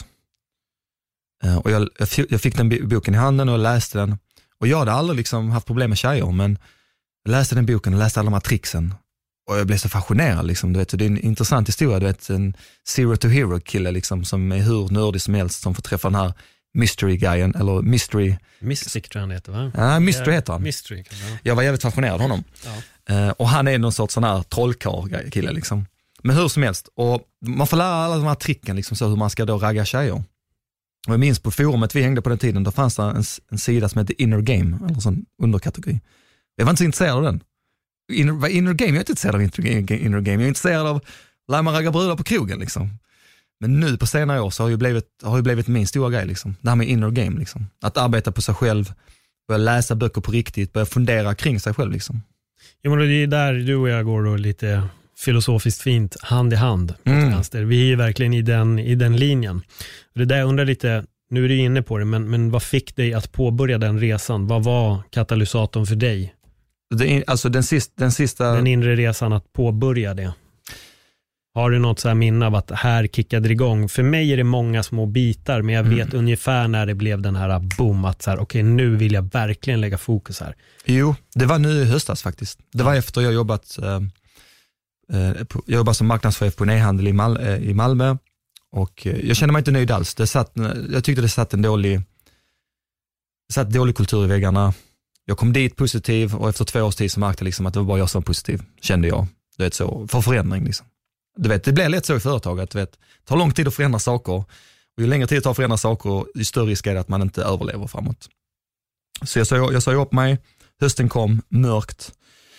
Och jag, jag fick den boken i handen och jag läste den. Och jag hade aldrig liksom haft problem med tjejer, men jag läste den boken och läste alla de här tricksen. Och jag blev så fascinerad. Liksom, du vet, det är en intressant historia. Du vet, en zero to hero kille liksom, som är hur nördig som helst, som får träffa den här mystery guyen, eller mystery...
Mystic tror jag han heter, va?
Ja, mystery heter han.
Mystery, jag.
jag var jävligt fascinerad av honom. Ja. Uh, och han är någon sorts sån här trollkarl kille liksom. Men hur som helst. Och man får lära alla de här tricken liksom, så hur man ska då ragga tjejer. Och jag minns på forumet vi hängde på den tiden, då fanns det en, en sida som hette Inner Game, eller en sån underkategori. Jag var inte så intresserad av den. Inner, inner Game, jag är inte intresserad av inner, inner Game. Jag är intresserad av lära mig ragga brudar på krogen liksom. Men nu på senare år så har ju blivit, har ju blivit min stora grej liksom. Det här med Inner Game liksom. Att arbeta på sig själv, börja läsa böcker på riktigt, börja fundera kring sig själv liksom.
Ja, men det är där du och jag går då lite filosofiskt fint hand i hand på mm. vänster. Vi är ju verkligen i den, i den linjen. Det där jag undrar lite, nu är du inne på det, men, men vad fick dig att påbörja den resan? Vad var katalysatorn för dig
Det, alltså den sista, den sista...
Den inre resan att påbörja det. Har du något så här minne av att här kickade det igång? För mig är det många små bitar, men jag vet mm. ungefär när det blev den här boom att så här, okej, nu vill jag verkligen lägga fokus här.
Jo, det var nu i höstas faktiskt. Det var efter jag jobbat eh, på, jag jobbade som marknadschef på en e-handel i, Mal, eh, i Malmö och eh, jag kände mig inte nöjd alls. Det satt, jag tyckte det satt en dålig det satt dålig kultur i väggarna. Jag kom dit positiv och efter två års tid så märkte jag liksom att det var bara jag som var positiv, kände jag. Du vet, så, för förändring liksom. Du vet, det blir lätt så i företaget. Du vet, det tar lång tid att förändra saker. Och ju längre tid det tar att förändra saker, ju större risk är det att man inte överlever framåt. Så jag sa, jag sa upp mig. Hösten kom, mörkt.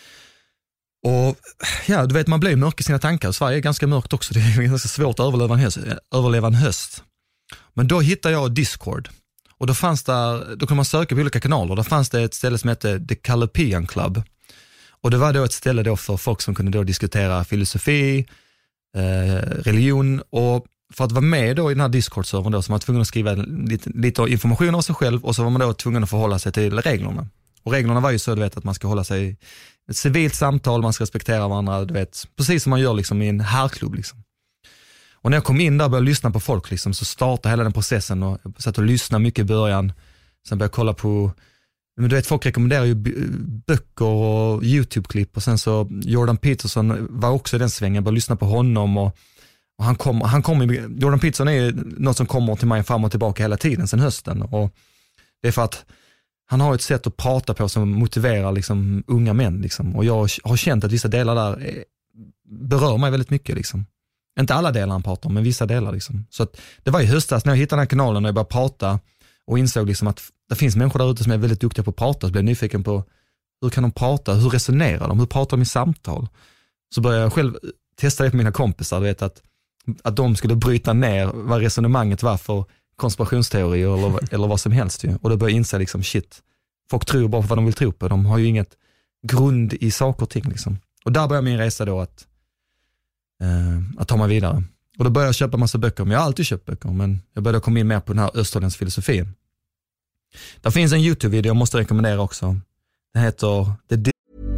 Och ja, du vet, man blir mörk i sina tankar. Sverige är ganska mörkt också. Det är ganska svårt att överleva en höst. Överleva en höst. Men då hittade jag Discord. Och då fanns där, då kunde man söka på olika kanaler. Då fanns det ett ställe som hette The Calopian Club. Och det var då ett ställe då för folk som kunde då diskutera filosofi, eh, religion, och för att vara med då i den här Discord-servern då så var man tvungen att skriva lite, lite information av sig själv, och så var man då tvungen att förhålla sig till reglerna. Och reglerna var ju så, du vet, att man ska hålla sig i ett civilt samtal, man ska respektera varandra, du vet, precis som man gör liksom i en herrklubb liksom. Och när jag kom in där och började lyssna på folk liksom, så startade hela den processen, och jag satt och lyssnade mycket i början. Sen började jag kolla på, men du vet, folk rekommenderar ju böcker och YouTube-klipp, och sen så Jordan Peterson var också i den svängen. Jag började lyssna på honom, och, och han kom, han kom, Jordan Peterson är ju något som kommer till mig fram och tillbaka hela tiden sen hösten, och det är för att han har ett sätt att prata på som motiverar liksom unga män liksom. Och jag har känt att vissa delar där är, berör mig väldigt mycket liksom. Inte alla delar han pratar om, men vissa delar liksom. Så att det var i höstas när jag hittade den här kanalen och jag började prata och insåg liksom att det finns människor där ute som är väldigt duktiga på att prata, så blev jag nyfiken på hur kan de prata, hur resonerar de, hur pratar de i samtal. Så började jag själv testa det på mina kompisar, du vet, att, att de skulle bryta ner vad resonemanget var för konspirationsteorier eller, eller vad som helst ju. Och då började jag inse liksom, shit, folk tror bara på vad de vill tro på, de har ju inget grund i saker och ting liksom. Och där började min resa då att eh, att ta mig vidare. Och då började jag köpa massa böcker, men jag har alltid köpt böcker, men jag började komma in mer på den här österländska filosofin. Det finns en YouTube-video jag måste rekommendera också. Den heter The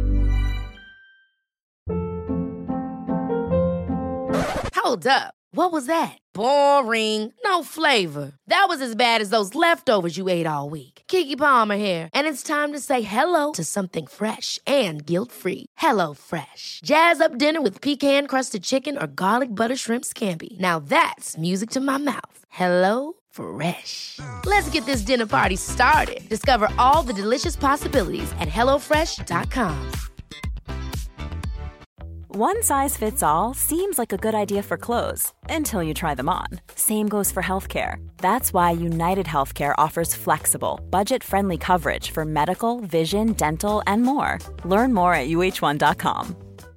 Hold up. What was that? Boring. No flavor. That was as bad as those leftovers you ate all week. Keke Palmer here, and it's time to say hello to something fresh and guilt-free. Hello Fresh. Jazz up dinner with pecan-crusted chicken or garlic butter shrimp scampi. Now that's music to my mouth. Hello Fresh. Let's get this dinner party started. Discover all the delicious possibilities at hello fresh dot com.
One size fits all seems like a good idea for clothes until you try them on. Same goes for healthcare. That's why United Healthcare offers flexible, budget-friendly coverage for medical, vision, dental, and more. Learn more at u h one dot com.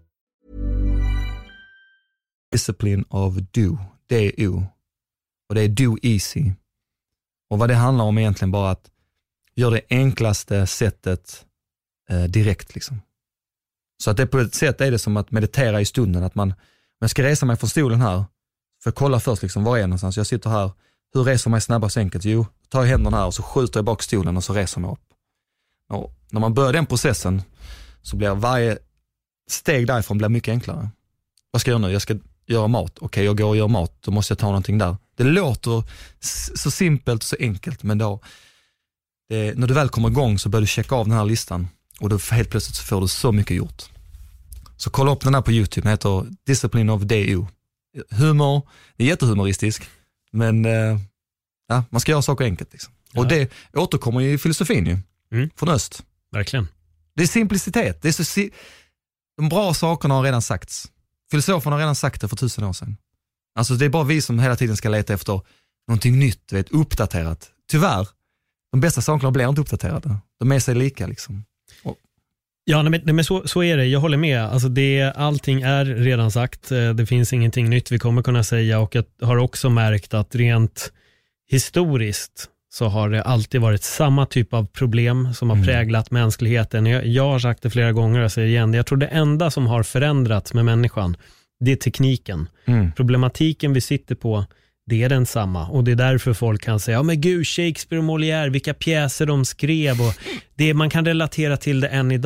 Discipline of do. D O. Och det är do easy. Och vad det handlar om egentligen bara att göra det enklaste sättet eh, direkt liksom. Så att det på ett sätt är det som att meditera i stunden, att man, om jag ska resa mig från stolen här, för att kolla först liksom, var är jag någonstans? Jag sitter här, hur reser mig snabbast och enkelt? Jo, tar jag händerna här och så skjuter jag bak stolen och så reser jag mig upp. Och när man börjar den processen så blir varje steg därifrån blir mycket enklare. Vad ska jag göra nu? Jag ska göra mat. Okej, jag går och gör mat, då måste jag ta någonting där. Det låter så simpelt och så enkelt, men då det, när du väl kommer igång så börjar du checka av den här listan, och då helt plötsligt så får du så mycket gjort. Så kolla upp den här på YouTube, den heter Discipline of D O. Humor, det är jättehumoristisk, men eh, ja, man ska göra saker enkelt liksom. Ja. Och det återkommer ju i filosofin ju, mm. från öst.
Verkligen.
Det är simplicitet, det är så si- de bra sakerna har redan sagts. Filosoferna har redan sagt det för tusen år sedan. Alltså det är bara vi som hela tiden ska leta efter någonting nytt, vet, uppdaterat. Tyvärr, de bästa sakerna blir inte uppdaterade. De är sig lika liksom. Och
ja, men, men så, så är det. Jag håller med. Alltså det, allting är redan sagt. Det finns ingenting nytt vi kommer kunna säga, och jag har också märkt att rent historiskt så har det alltid varit samma typ av problem som har mm. präglat mänskligheten. Jag, jag har sagt det flera gånger och säger igen, jag tror det enda som har förändrats med människan, det är tekniken. Mm. Problematiken vi sitter på, det är den samma, och det är därför folk kan säga, ja men gud, Shakespeare och Molière, vilka pjäser de skrev, och det, man kan relatera till det än idag.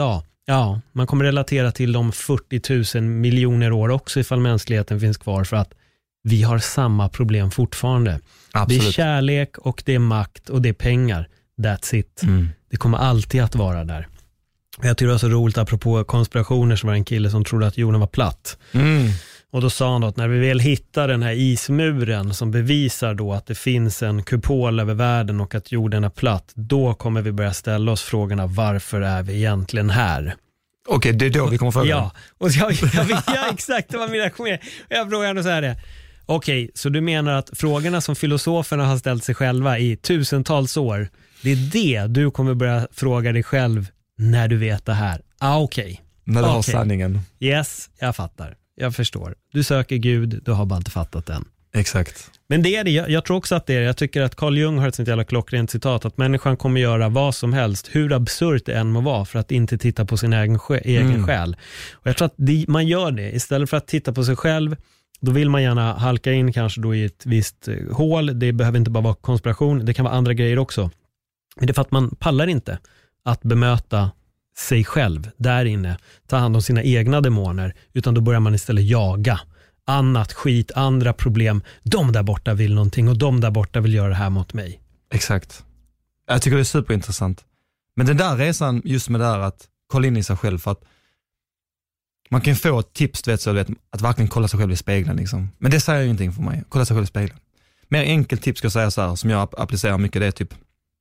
Ja, man kommer relatera till de fyrtio tusen miljoner år också ifall mänskligheten finns kvar, för att vi har samma problem fortfarande. Absolut. Det är kärlek och det är makt och det är pengar. That's it. Mm. Det kommer alltid att vara där. Jag tycker det var så roligt, apropå konspirationer, så var det en kille som trodde att jorden var platt. Mm. Och då sa han då att när vi väl hittar den här ismuren som bevisar då att det finns en kupol över världen och att jorden är platt, då kommer vi börja ställa oss frågorna, varför är vi egentligen här?
Okej, det är då vi kommer fråga.
Ja, och jag, jag, jag, ja, exakt, det var min reaktion. Jag frågar ändå så här det. Okej, så du menar att frågorna som filosoferna har ställt sig själva i tusentals år, det är det du kommer börja fråga dig själv när du vet det här? Ah, okej. Okay.
När du
okay.
har sanningen.
Yes, jag fattar. Jag förstår. Du söker Gud, du har bara inte fattat den.
Exakt.
Men det är det. Jag, jag tror också att det är det. Jag tycker att Carl Jung har ett sånt jävla klockrent citat, att människan kommer göra vad som helst, hur absurt det än må vara, för att inte titta på sin egen, egen mm. själ. Och jag tror att det, man gör det. Istället för att titta på sig själv, då vill man gärna halka in kanske då i ett visst hål. Det behöver inte bara vara konspiration, det kan vara andra grejer också. Men det är för att man pallar inte att bemöta sig själv där inne, ta hand om sina egna demoner, utan då börjar man istället jaga annat skit, andra problem. De där borta vill någonting och de där borta vill göra det här mot mig.
Exakt. Jag tycker det är superintressant. Men den där resan just med det där att kolla in i sig själv, för att man kan få ett tips, vet, så vet, att verkligen kolla sig själv i spegeln liksom. Men det säger ju ingenting för mig. Kolla sig själv i spegeln. Mer enkelt tips ska jag säga så här, som jag applicerar mycket, det är typ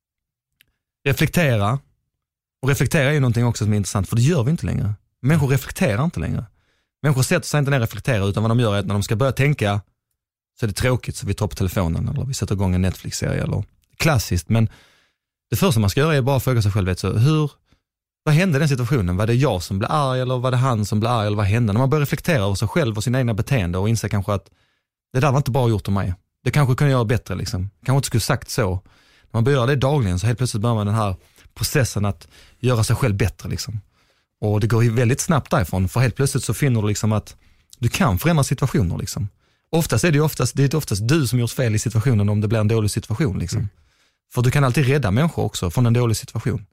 reflektera. Och reflektera är ju någonting också som är intressant, för det gör vi inte längre. Människor reflekterar inte längre. Människor sätter sig inte ner och reflekterar, utan vad de gör är att när de ska börja tänka så är det tråkigt, så vi tar på telefonen eller vi sätter igång en Netflix-serie eller klassiskt. Men det första man ska göra är bara fråga sig själv, vet, så hur, vad hände i den situationen? Var det jag som blev arg eller var det han som blev arg, eller vad hände? När man börjar reflektera över sig själv och sina egna beteende och inser kanske att det där var inte bra gjort av mig. Det kanske kunde göra bättre liksom. Kanske inte skulle sagt så. När man börjar göra det dagligen så helt plötsligt börjar man den här processen att göra sig själv bättre liksom. Och det går ju väldigt snabbt därifrån, för helt plötsligt så finner du liksom att du kan förändra situationer liksom. Oftast är det ju oftast, det är oftast du som gjort fel i situationen om det blir en dålig situation liksom. Mm. För du kan alltid rädda människor också från en dålig situation.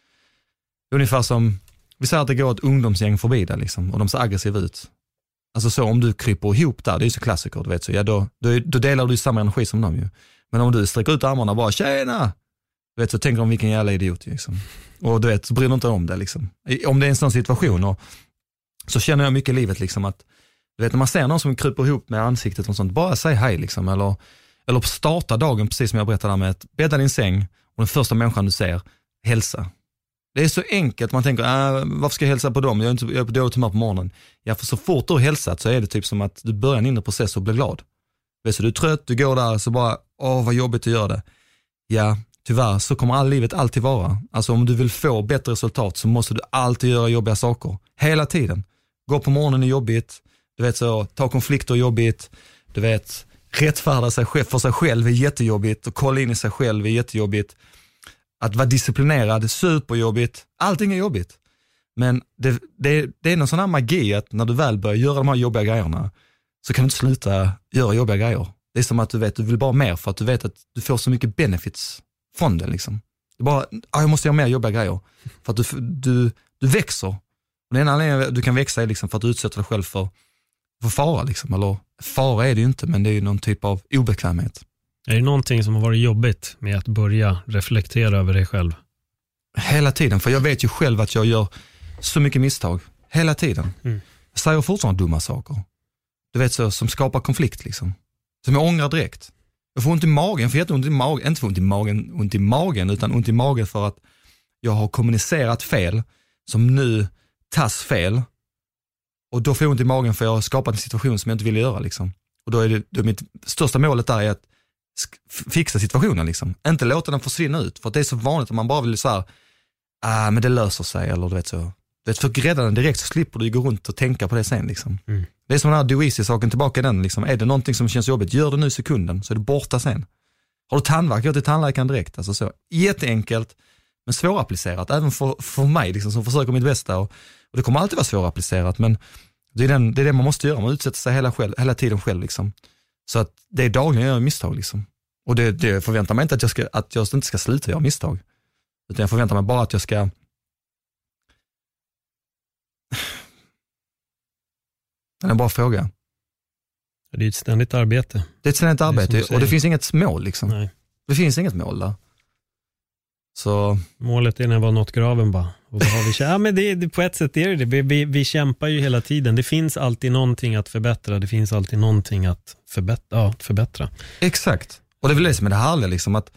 Ungefär som, vi säger att det går ett ungdomsgäng förbi där liksom, och de ser aggressiva ut. Alltså så om du kryper ihop där, det är ju så klassiker, du vet så, ja då, då, då delar du samma energi som dem ju. Men om du sträcker ut armarna och bara, tjena! Du vet, så tänker de vilken jävla idiot liksom. Och du vet, så bryr de inte om det liksom. Om det är en sån situation, och så känner jag mycket i livet liksom att, du vet, när man ser någon som kryper ihop med ansiktet och sånt, bara säg hej liksom, eller, eller starta dagen precis som jag berättade där med att bädda din säng och den första människan du ser, hälsa. Det är så enkelt, man tänker, äh, varför ska jag hälsa på dem? Jag är, inte, jag är på dåligt humör på morgonen. Ja, för så fort du har hälsat så är det typ som att du börjar en inre process och blir glad. Vet, så du är trött, du går där så bara, åh vad jobbigt att göra det. Ja, tyvärr så kommer all livet alltid vara. Alltså om du vill få bättre resultat så måste du alltid göra jobbiga saker. Hela tiden. Gå på morgonen är jobbigt. Du vet så, ta konflikter är jobbigt. Du vet, rättfärda sig själv för sig själv är jättejobbigt. Och kolla in i sig själv är jättejobbigt. Att vara disciplinerad är superjobbigt. Allting är jobbigt. Men det, det, det är någon sån här magi att när du väl börjar göra de här jobbiga grejerna så kan du inte sluta göra jobbiga grejer. Det är som att du vet, du vill bara mer för att du vet att du får så mycket benefits från det liksom. Det är bara, ah, jag måste göra mer jobbiga grejer. För att du, du, du växer. Och det ena anledningen du kan växa är liksom för att du utsätter dig själv för, för fara liksom. Eller fara är det ju inte, men det är ju någon typ av obekvämhet.
Är det någonting som har varit jobbigt med att börja reflektera över dig själv?
Hela tiden, för jag vet ju själv att jag gör så mycket misstag. Hela tiden. Mm. Jag säger fortfarande dumma saker. Du vet så, som skapar konflikt liksom. Som jag ångrar direkt. Jag får ont i magen, för jag har ont i magen, inte för ont i magen, ont i magen, utan ont i magen för att jag har kommunicerat fel som nu tas fel. Och då får jag ont i magen för jag har skapat en situation som jag inte vill göra liksom. Och då är det, då är mitt största målet där är att fixa situationen liksom. Inte låta den försvinna ut, för det är så vanligt att man bara vill så här, ah men det löser sig, eller du vet så. Du vet, för att rädda den direkt så slipper du gå runt och tänka på det sen liksom. Mm. Det är som den här do easy-saken tillbaka i den liksom. Är det någonting som känns jobbigt, gör det nu i sekunden så är det borta sen. Har du tandvärk, gå till tandläkaren direkt. Alltså så. Jätteenkelt, men svårapplicerat. Även för, för mig liksom, som försöker mitt bästa. Och, och det kommer alltid vara svårapplicerat, men det är, den, det är det man måste göra. Man utsätter sig hela, själv, hela tiden själv liksom. Så att det är dagligen jag gör misstag liksom. Och det, det förväntar mig inte att jag, ska, att jag inte ska sluta göra misstag. Utan jag förväntar mig bara att jag ska Det är en bra fråga.
Det är ett ständigt arbete.
Det är ett ständigt arbete och det finns inget mål liksom.
Nej.
Det finns inget mål där. Så...
Målet är när var något graven bara. Och då har vi, ja, men det, det, på ett sätt är det det. Vi, vi kämpar ju hela tiden. Det finns alltid någonting att förbättra. Det finns alltid någonting att förbättra. Ja, förbättra.
Exakt. Och det är väl det som är det härliga liksom att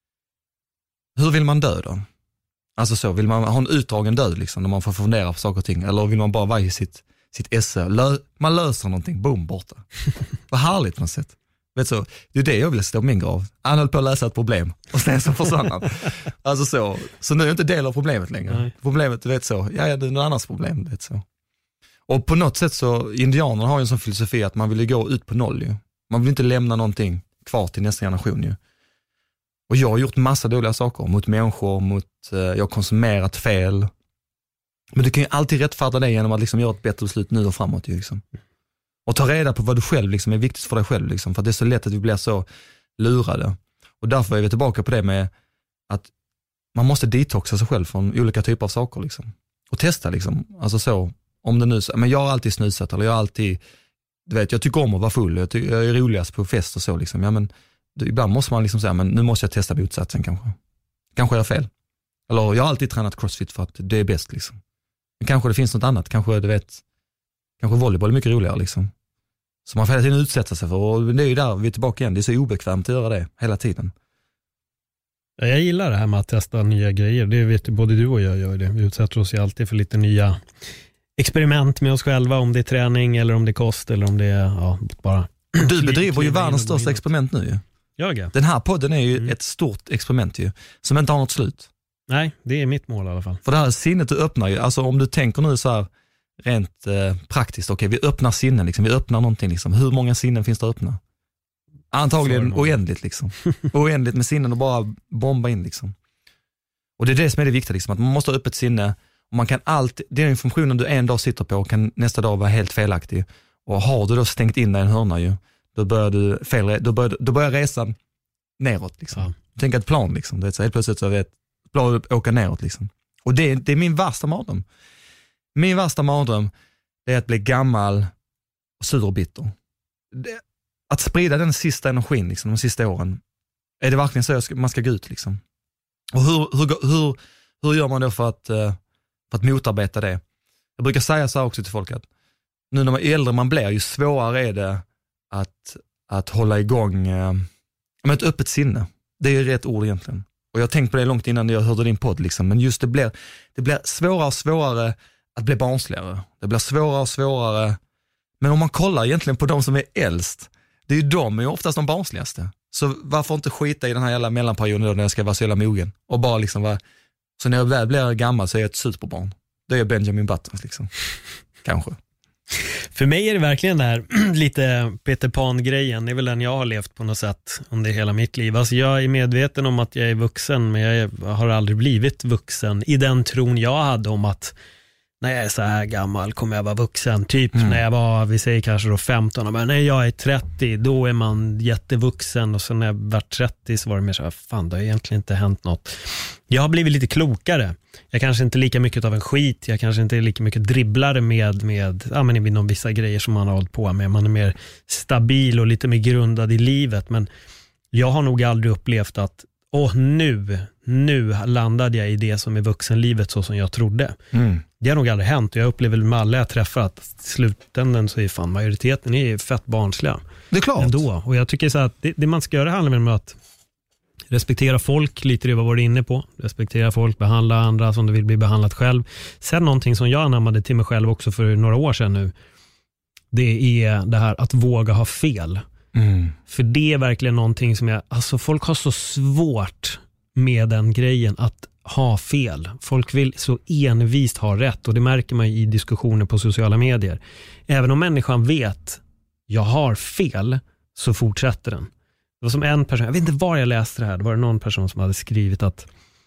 hur vill man dö då? Alltså så, vill man ha en utdragen död liksom när man får fundera på saker och ting? Eller vill man bara vara i sitt, sitt esse? Lö, man löser någonting, boom, borta. Vad härligt man sett. Vet så, det är det jag vill stå på min grav. Han höll på att lösa ett problem och sen så försvann han. Alltså så, så nu är jag inte del av problemet längre. Nej. Problemet, du vet så, ja, det är någon annans problem, du vet så. Och på något sätt så, indianerna har ju en sån filosofi att man vill gå ut på noll ju. Man vill inte lämna någonting kvar till nästa generation ju. Och jag har gjort massa dåliga saker mot människor, mot, eh, jag har konsumerat fel. Men du kan ju alltid rättfärda det genom att liksom göra ett bättre beslut nu och framåt ju liksom. Och ta reda på vad du själv liksom är viktigt för dig själv liksom, för att det är så lätt att vi blir så lurade. Och därför är vi tillbaka på det med att man måste detoxa sig själv från olika typer av saker liksom. Och testa liksom, alltså så, om det nu så, men jag har alltid snusat eller jag har alltid, du vet, jag tycker om att vara full, jag, tycker, jag är roligast på fest och så liksom, ja men det, ibland måste man liksom säga, men nu måste jag testa motsatsen kanske. Kanske är jag fel. Eller jag har alltid tränat crossfit för att det är bäst liksom. Men kanske det finns något annat, kanske du vet, kanske volleyboll är mycket roligare liksom. Så man får hela tiden utsätta sig för, och det är ju där vi är tillbaka igen, det är så obekvämt att göra det hela tiden.
Jag gillar det här med att testa nya grejer, det vet både du och jag gör det. Vi utsätter oss ju alltid för lite nya experiment med oss själva, om det är träning eller om det är kost eller om det är ja, bara...
Du bedriver ju världens största experiment nu ju.
Jag är.
Den här podden är ju mm. ett stort experiment ju, som inte har något slut.
Nej, det är mitt mål i alla fall.
För det här sinnet du öppnar ju, alltså om du tänker nu så här rent eh, praktiskt, okej, okay, vi öppnar sinnen liksom, vi öppnar någonting liksom, hur många sinnen finns det att öppna? Antagligen oändligt liksom. Oändligt med sinnen och bara bomba in liksom. Och det är det som är det viktiga liksom, att man måste ha öppet sinne och man kan alltid, den informationen du en dag sitter på kan nästa dag vara helt felaktig. Och har du då stängt in dig i en hörna ju, då börjar du fel, då börjar, då börjar resan neråt liksom. Ja. Tänk ett plan liksom, det är så helt plötsligt så vet plan åka neråt liksom. Och det, det är min värsta mardröm. Min värsta mardröm är att bli gammal och sur och bitter. Det, att sprida den sista energin liksom, de sista åren. Är det verkligen så ska, man ska gå ut liksom? Och hur, hur, hur, hur gör man då för att, för att motarbeta det? Jag brukar säga så här också till folk att nu när man är äldre man blir, ju svårare är det att, att hålla igång eh, med ett öppet sinne. Det är ju rätt ord egentligen. Och jag har tänkt på det långt innan jag hörde din podd liksom. Men just det blir, det blir svårare och svårare att bli barnsligare. Det blir svårare och svårare. Men om man kollar egentligen på de som är äldst, det är ju de är ju oftast de barnsligaste. Så varför inte skita i den här jävla mellanperioden då när jag ska vara så jävla mogen? Och bara liksom vara, så när jag blir, blir gammal så är jag ett superbarn. Det är Benjamin Buttons liksom. Kanske.
För mig är det verkligen det här lite Peter Pan-grejen. Det är väl den jag har levt på något sätt under hela mitt liv. Alltså jag är medveten om att jag är vuxen, men jag har aldrig blivit vuxen i den tron jag hade om att när jag är så här gammal kommer jag vara vuxen. Typ mm. när jag var, vi säger kanske då femton, men när jag är trettio då är man jättevuxen, och så när jag var trettio så var det mer så här, fan det har egentligen inte hänt något. Jag har blivit lite klokare. Jag kanske inte är lika mycket av en skit, jag kanske inte är lika mycket dribblare med, med ja, men inom vissa grejer som man har hållit på med. Man är mer stabil och lite mer grundad i livet, men jag har nog aldrig upplevt att åh, nu, nu landade jag i det som är vuxenlivet så som jag trodde. Mm. Det har nog aldrig hänt, och jag upplever med alla jag träffar att i slutändan så är fan majoriteten är fett barnsliga.
Det är klart.
Ändå. Och jag tycker så att det, det man ska göra handlar om att respektera folk, lite det vad var du inne på. Respektera folk, behandla andra som du vill bli behandlat själv. Sen någonting som jag anammade till mig själv också för några år sedan nu, det är det här att våga ha fel. Mm. För det är verkligen någonting som jag, alltså folk har så svårt med den grejen att ha fel. Folk vill så envist ha rätt, och det märker man i diskussioner på sociala medier. Även om människan vet jag har fel, så fortsätter den. Det var som en person, jag vet inte var jag läste det här, det var någon person som hade skrivit att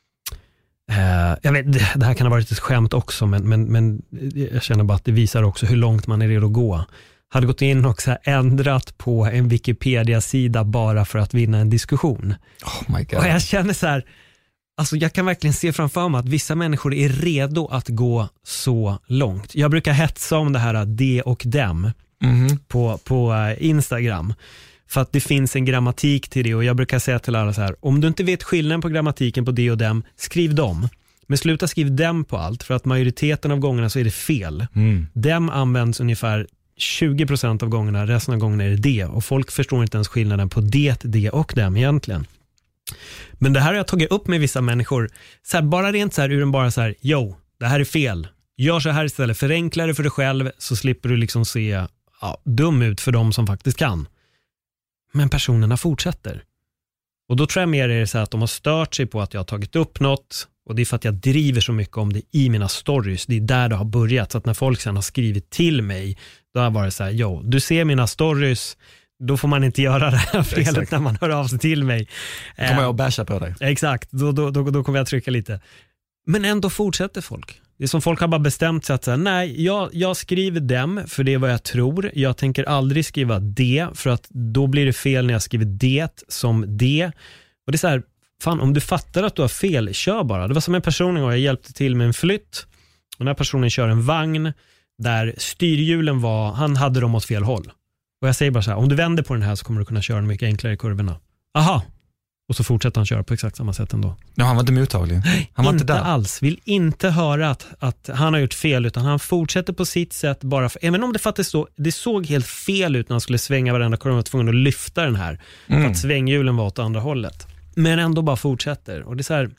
eh, jag vet, det, det här kan ha varit ett skämt också, men, men, men jag känner bara att det visar också hur långt man är redo att gå. Hade gått in och så här ändrat på en Wikipedia-sida bara för att vinna en diskussion.
Oh my God.
Och jag känner så här, alltså jag kan verkligen se framför mig att vissa människor är redo att gå så långt. Jag brukar hetsa om det här det och dem. mm. på, på Instagram. För att det finns en grammatik till det, och jag brukar säga till alla så här: om du inte vet skillnaden på grammatiken på det och dem, skriv dem. Men sluta skriva dem på allt, för att majoriteten av gångerna så är det fel. Mm. Dem används ungefär tjugo procent av gångerna, resten av gångerna är det det. Och folk förstår inte ens skillnaden på det, det och dem egentligen. Men det här har jag tagit upp med vissa människor. Så här, bara rent så här ur en bara så här: jo, det här är fel. Gör så här istället, förenkla det för dig själv, så slipper du liksom se ja, dum ut för dem som faktiskt kan. Men personerna fortsätter. Och då tror jag mer är det så här att de har stört sig på att jag har tagit upp något. Och det är för att jag driver så mycket om det i mina stories. Det är där det har börjat. Så att när folk sen har skrivit till mig, då har jag varit så här: jo, du ser mina stories, då får man inte göra det här felet. Exakt. När man hör av sig till mig.
Då kommer jag att basha på dig.
Exakt, då, då, då, då kommer jag att trycka lite. Men ändå fortsätter folk. Det är som folk har bara bestämt sig att säga: nej, jag, jag skriver dem för det är vad jag tror. Jag tänker aldrig skriva det, för att då blir det fel när jag skriver det som det. Och det är så här: fan, om du fattar att du har fel, kör bara. Det var som en person en gång, jag hjälpte till med en flytt. Och den här personen kör en vagn där styrhjulen var, han hade dem åt fel håll. Och jag säger bara så här: om du vänder på den här så kommer du kunna köra den mycket enklare i kurvorna. Aha! Och så fortsätter han köra på exakt samma sätt ändå.
Ja, han var inte mottaglig. Han var
inte,
inte där.
alls. Vill inte höra att, att han har gjort fel, utan han fortsätter på sitt sätt bara för, även om det faktiskt så, det såg helt fel ut när han skulle svänga varenda kurva, var tvungen att lyfta den här mm. för att svänghjulen var åt andra hållet. Men ändå bara fortsätter. Och det är så här,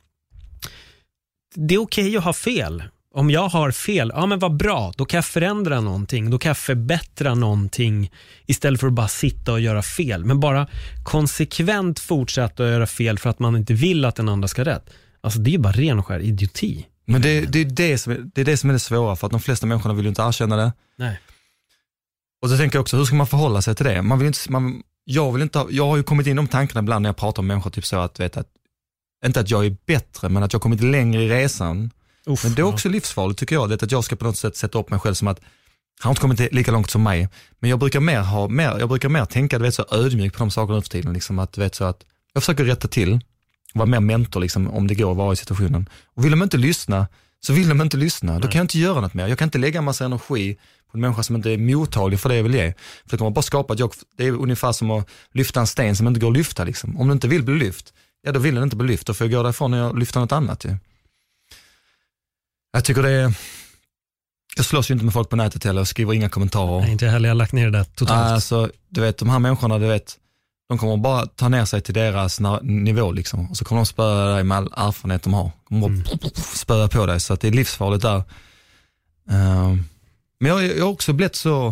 det är okej att ha fel. Om jag har fel, ja men vad bra, då kan jag förändra någonting, då kan jag förbättra någonting istället för att bara sitta och göra fel. Men bara konsekvent fortsätta att göra fel för att man inte vill att den andra ska rätt. Alltså det är bara ren och skär idioti.
Men det, det, är det, som är, det är det som är det svåra, för att de flesta människorna vill ju inte erkänna det.
Nej.
Och så tänker jag också, hur ska man förhålla sig till det? Man vill inte, man, jag, vill inte, jag har ju kommit in de tankarna ibland när jag pratar om människor, typ så att, vet, att inte att jag är bättre, men att jag har kommit längre i resan. Uff, men det är också ja. livsfarligt tycker jag, det att jag ska på något sätt sätta upp mig själv som att han har inte kommit lika långt som mig, men jag brukar mer ha mer, jag brukar mer tänka, du vet, så ödmjukt på de sakerna nu för tiden, liksom, att, du vet, så att jag försöker rätta till, vara mer mentor liksom, om det går att vara i situationen. Och vill de inte lyssna, så vill de inte lyssna. Nej. Då kan jag inte göra något mer. Jag kan inte lägga en massa energi på en människa som inte är mottaglig för det jag vill ge. För det kommer bara skapa att jag, det är ungefär som att lyfta en sten som inte går att lyfta liksom. Om du inte vill bli lyft, ja då vill den inte bli lyft, då får jag gå därifrån och jag lyfter något annat ju. Jag tycker det är, jag slåss ju inte med folk på nätet heller och skriver inga kommentarer.
Nej, inte heller, jag har lagt ner det där totalt.
Alltså, du vet, de här människorna, du vet, de kommer bara ta ner sig till deras nivå liksom. Och så kommer de spöa dig med all erfarenhet de har. De kommer mm. bara spöa på dig, så att det är livsfarligt där. Uh, men jag, jag har också blivit så,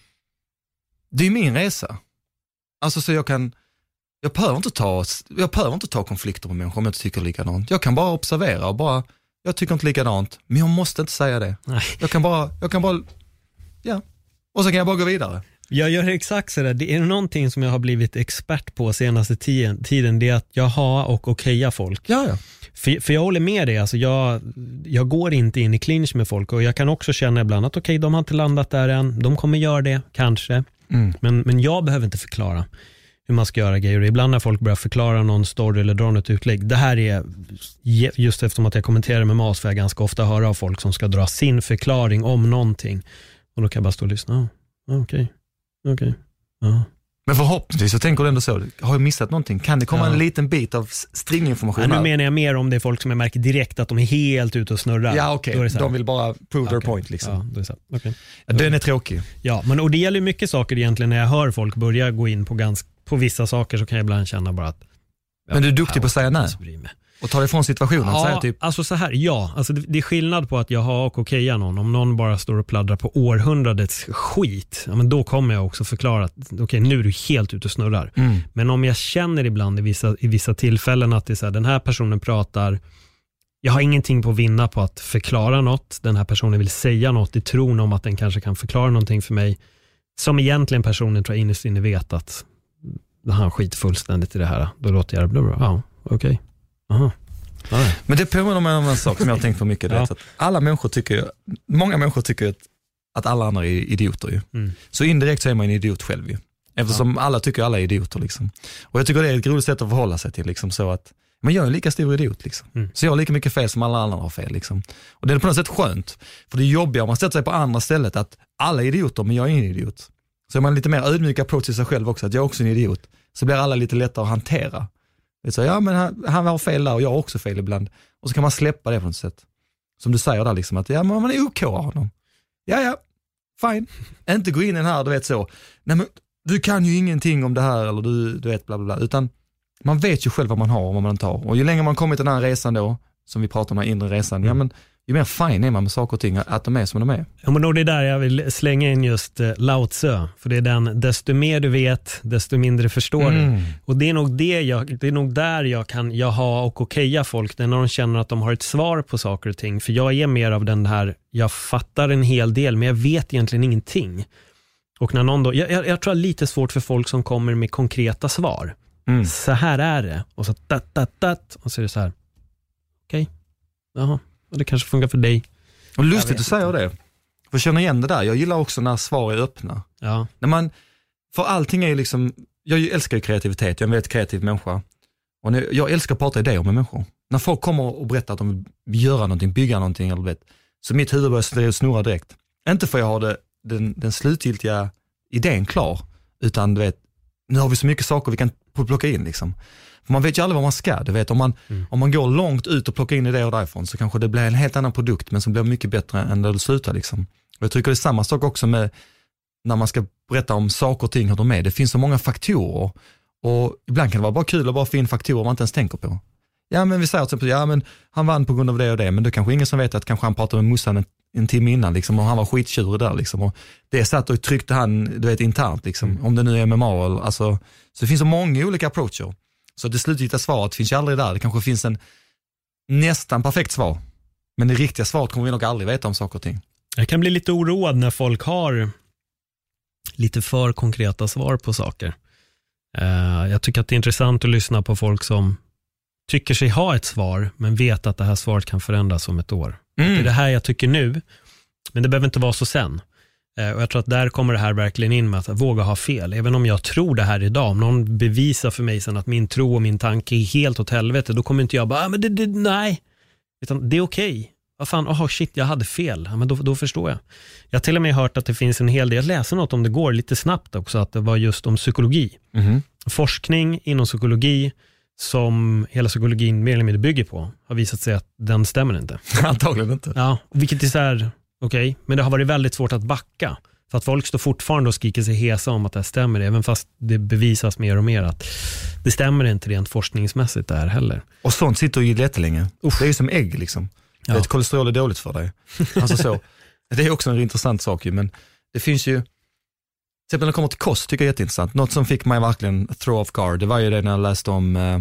det är min resa. Alltså så jag kan, jag behöver inte ta, jag behöver inte ta konflikter med människor om jag inte tycker likadant. Jag kan bara observera och bara, jag tycker inte likadant, men jag måste inte säga det. Nej. Jag kan bara, jag kan bara, ja. Och så kan jag bara gå vidare.
Jag gör exakt så där. Det är någonting som jag har blivit expert på senaste tiden, tiden det är att jag har och okeja folk.
Ja, ja.
För, för jag håller med dig, alltså jag, jag går inte in i clinch med folk, och jag kan också känna ibland att okej, okay, de har inte landat där än, de kommer göra det, kanske. Mm. Men, men jag behöver inte förklara hur man ska göra grejer. Ibland när folk börjar förklara någon story eller dra något utlägg, det här är just eftersom att jag kommenterar med mas, för jag ganska ofta höra av folk som ska dra sin förklaring om någonting, och då kan jag bara stå och lyssna. Oh, okej, okay. okej. Okay. Ja.
Men förhoppningsvis så tänker du ändå så, har jag missat någonting? Kan det komma ja. en liten bit av stringinformation?
Ja, nu menar jag mer om det är folk som jag märker direkt att de är helt ute och snurrar.
Ja, okej. Okay. De vill bara prove okay. their point liksom.
Ja, då är det så. Okay.
Ja, den är tråkig.
Ja, men och det gäller mycket saker egentligen. När jag hör folk börja gå in på, ganska, på vissa saker, så kan jag ibland känna bara att... Ja,
men du är duktig på att säga nej. Och ta ifrån situationen.
Ja,
säga typ...
alltså så här, ja. Alltså det, det är skillnad på att jag har och okeja någon. Om någon bara står och pladdrar på århundradets skit, ja, men då kommer jag också förklara att okej, okay, nu är du helt ute och snurrar. Mm. Men om jag känner ibland i vissa, i vissa tillfällen att det är så här, den här personen pratar, jag har ingenting på att vinna på att förklara något. Den här personen vill säga något i tron om att den kanske kan förklara någonting för mig, som egentligen personen tror in i sin vet att han skit fullständigt i det här. Då låter jag det bli bra. Ja, okej. Okay. Aha. Ah.
Men det påminner mig om en sak som jag har tänkt på mycket. Ja. Att alla människor tycker, många människor tycker att, att alla andra är idioter ju. Mm. Så indirekt så är man en idiot själv ju. Eftersom ja. alla tycker alla är idioter liksom. Och jag tycker det är ett roligt sätt att förhålla sig till liksom, så att men jag är en lika stor idiot liksom. Mm. Så jag har lika mycket fel som alla andra har fel liksom. Och det är på något sätt skönt. För det är jobbigt om man sätter sig på andra stället att alla är idioter men jag är ingen idiot. Så är man lite mer ödmjuk approach till sig själv också, att jag är också en idiot. Så blir alla lite lättare att hantera. Det är så, ja men han, han har fel där och jag har också fel ibland. Och så kan man släppa det på något sätt. Som du säger där liksom, att ja, men man är OK av honom. Ja, ja, fine. Inte gå in i den här, du vet så. Nej men, du kan ju ingenting om det här, eller du, du vet bla bla bla. Utan man vet ju själv vad man har och vad man inte har. Och ju längre man kommit den här resan då, som vi pratar om, den här inre resan, mm. ja men ju mer fine är man med saker och ting, att de är som de är.
Ja, men då är det där jag vill slänga in just uh, Lao Tzu. För det är den, desto mer du vet, desto mindre förstår mm. du. Och det är nog det jag, det är nog där jag kan jag ha och okeja folk, det är när de känner att de har ett svar på saker och ting. För jag är mer av den här, jag fattar en hel del, men jag vet egentligen ingenting. Och när någon då, jag, jag, jag tror det är lite svårt för folk som kommer med konkreta svar. Mm. Så här är det. Och så tat, tat, tat, och så är det så här. Okej, okay. Jaha. Och det kanske funkar för dig.
Och lustigt att säga det. För känna igen det där. Jag gillar också när svar är öppna. Ja. När man, för allting är ju liksom, jag älskar ju kreativitet. Jag är en väldigt kreativ människa. Och när, jag älskar att prata idéer med människor. När folk kommer och berättar att de vill göra någonting, bygga någonting eller vet, så mitt huvud börjar snurra direkt. Inte för jag har det, den, den slutgiltiga idén klar, utan du vet, nu har vi så mycket saker vi kan plocka in liksom. För man vet ju aldrig vad man ska. Du vet, om man, mm. om man går långt ut och plockar in idéer därifrån, så kanske det blir en helt annan produkt, men som blir mycket bättre än där det slutar liksom. Och jag tycker det är samma sak också med när man ska berätta om saker och ting, hur de är. Det finns så många faktorer, och ibland kan det vara bara kul att bara få in faktorer man inte ens tänker på. Ja, men vi säger till exempel, ja men han vann på grund av det och det, men det är kanske ingen som vet att kanske han pratade med Mussan en, en timme innan liksom, och han var skittjurig där liksom, och det satt och tryckte han, du vet, internt liksom, mm. om det nu är M M A eller, alltså, så det finns så många olika approacher. Så det slutgiltiga svaret finns ju aldrig där. Det kanske finns en nästan perfekt svar, men det riktiga svaret kommer vi nog aldrig veta om saker och ting.
Jag kan bli lite oroad när folk har lite för konkreta svar på saker. Uh, jag tycker att det är intressant att lyssna på folk som tycker sig ha ett svar, men vet att det här svaret kan förändras om ett år. Mm. Det är det här jag tycker nu, men det behöver inte vara så sen. Uh, och jag tror att där kommer det här verkligen in med att våga ha fel. Även om jag tror det här idag, om någon bevisar för mig sen att min tro och min tanke är helt åt helvete, då kommer inte jag bara, ah, men det, det, nej. Utan det är okej. Okay. Vad fan, oh shit, jag hade fel. Ja, men då, då förstår jag. Jag har till och med hört att det finns en hel del, jag läser något om det går lite snabbt också, att det var just om psykologi. Mm. Forskning inom psykologi som hela psykologin mer eller mindre bygger på har visat sig att den stämmer inte.
Antagligen inte.
Ja, vilket är så här, okej, okay, men det har varit väldigt svårt att backa. För att folk står fortfarande och skriker sig hesa om att det stämmer, även fast det bevisas mer och mer att det stämmer inte rent forskningsmässigt där heller.
Och sånt sitter ju jättelänge. Uff. Det är ju som ägg liksom. Ja. Det är ett kolesterol är dåligt för dig. Alltså så. Det är också en intressant sak ju, men det finns ju, till när det kommer till kost tycker jag är jätteintressant. Något som fick mig verkligen throw off guard, det var ju det när jag läste om eh,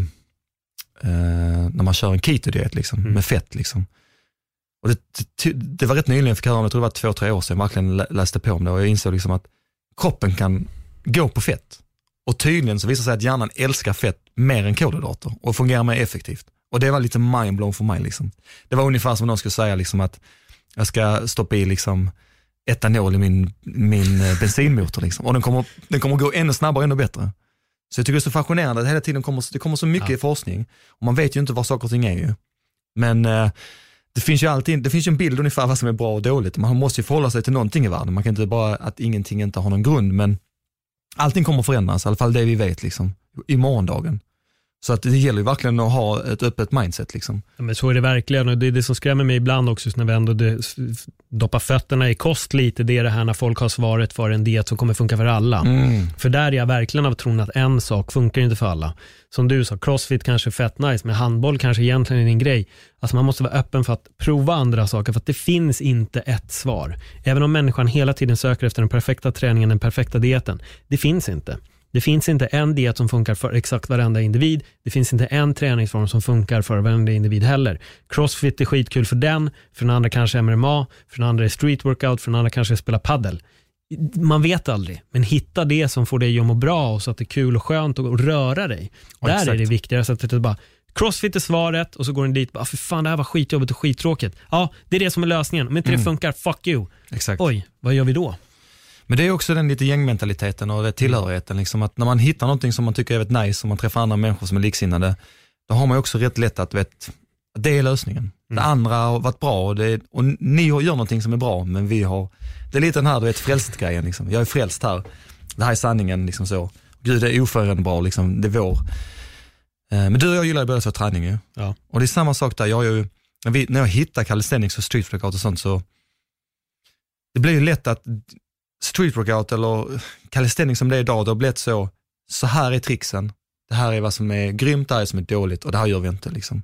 eh, när man kör en keto-diet liksom, mm. med fett liksom. Och det, det, det var rätt nyligen jag fick höra om, jag tror det var två, tre år sedan jag verkligen läste på om det, och jag insåg liksom att kroppen kan gå på fett. Och tydligen så visar sig att hjärnan älskar fett mer än kolhydrater och fungerar mer effektivt. Och det var lite mindblown för mig liksom. Det var ungefär som någon skulle säga liksom att jag ska stoppa i liksom etanol i min, min bensinmotor liksom. Och den kommer, den kommer gå ännu snabbare, ännu bättre. Så jag tycker det är så fascinerande att hela tiden kommer, det kommer så mycket ja. forskning. Och man vet ju inte vad saker och ting är ju. Men eh, det finns ju alltid, det finns ju en bild ungefär vad som är bra och dåligt. Man måste ju förhålla sig till någonting i världen. Man kan inte bara att ingenting inte har någon grund, men allting kommer förändras, i alla fall det vi vet liksom, i morgondagen. Så att det gäller ju verkligen att ha ett öppet mindset liksom.
Ja, men så är det verkligen, och det är det som skrämmer mig ibland också när vi ändå det, doppar fötterna i kost lite, det är det här när folk har svaret för en diet som kommer funka för alla. Mm. För där är jag verkligen av tron att en sak funkar inte för alla. Som du sa, crossfit kanske är fett nice, men handboll kanske egentligen är en grej. Alltså man måste vara öppen för att prova andra saker, för att det finns inte ett svar. Även om människan hela tiden söker efter den perfekta träningen, den perfekta dieten. Det finns inte. Det finns inte en diet som funkar för exakt varenda individ. Det finns inte en träningsform som funkar för varenda individ heller. Crossfit är skitkul för den, för den andra kanske M M A, för den andra är street workout, för den andra kanske spela paddel. Man vet aldrig, men hitta det som får dig att må bra och så att det är kul och skönt att röra dig. Ja, där exakt. Är det viktigare, så att det bara crossfit är svaret och så går den dit bara, för fan det här var skitjobbigt och skittråkigt. Ja, det är det som är lösningen. Om inte mm. det funkar, fuck you.
Exakt.
Oj, vad gör vi då?
Men det är också den lite gängmentaliteten och det tillhörigheten liksom, att när man hittar någonting som man tycker är rätt nice och man träffar andra människor som är liksinnade, då har man ju också rätt lätt att vet, det är lösningen. Mm. Det andra har varit bra och, det, och ni gör någonting som är bra, men vi har, det är lite den här du vet frälst grejen liksom. Jag är frälst här. det här är sanningen liksom så. Gud, det är oföränderbar liksom, det är vår. Men du och jag gillar ju båda så träning ju. Ja. Och det är samma sak där, jag har ju när, vi, när jag hittar calisthenics och street workout och sånt, så det blir ju lätt att street workout eller calisthenics som det är idag, det har blivit så, så här är tricksen, det här är vad som är grymt, det här är som är dåligt och det här gör vi inte liksom.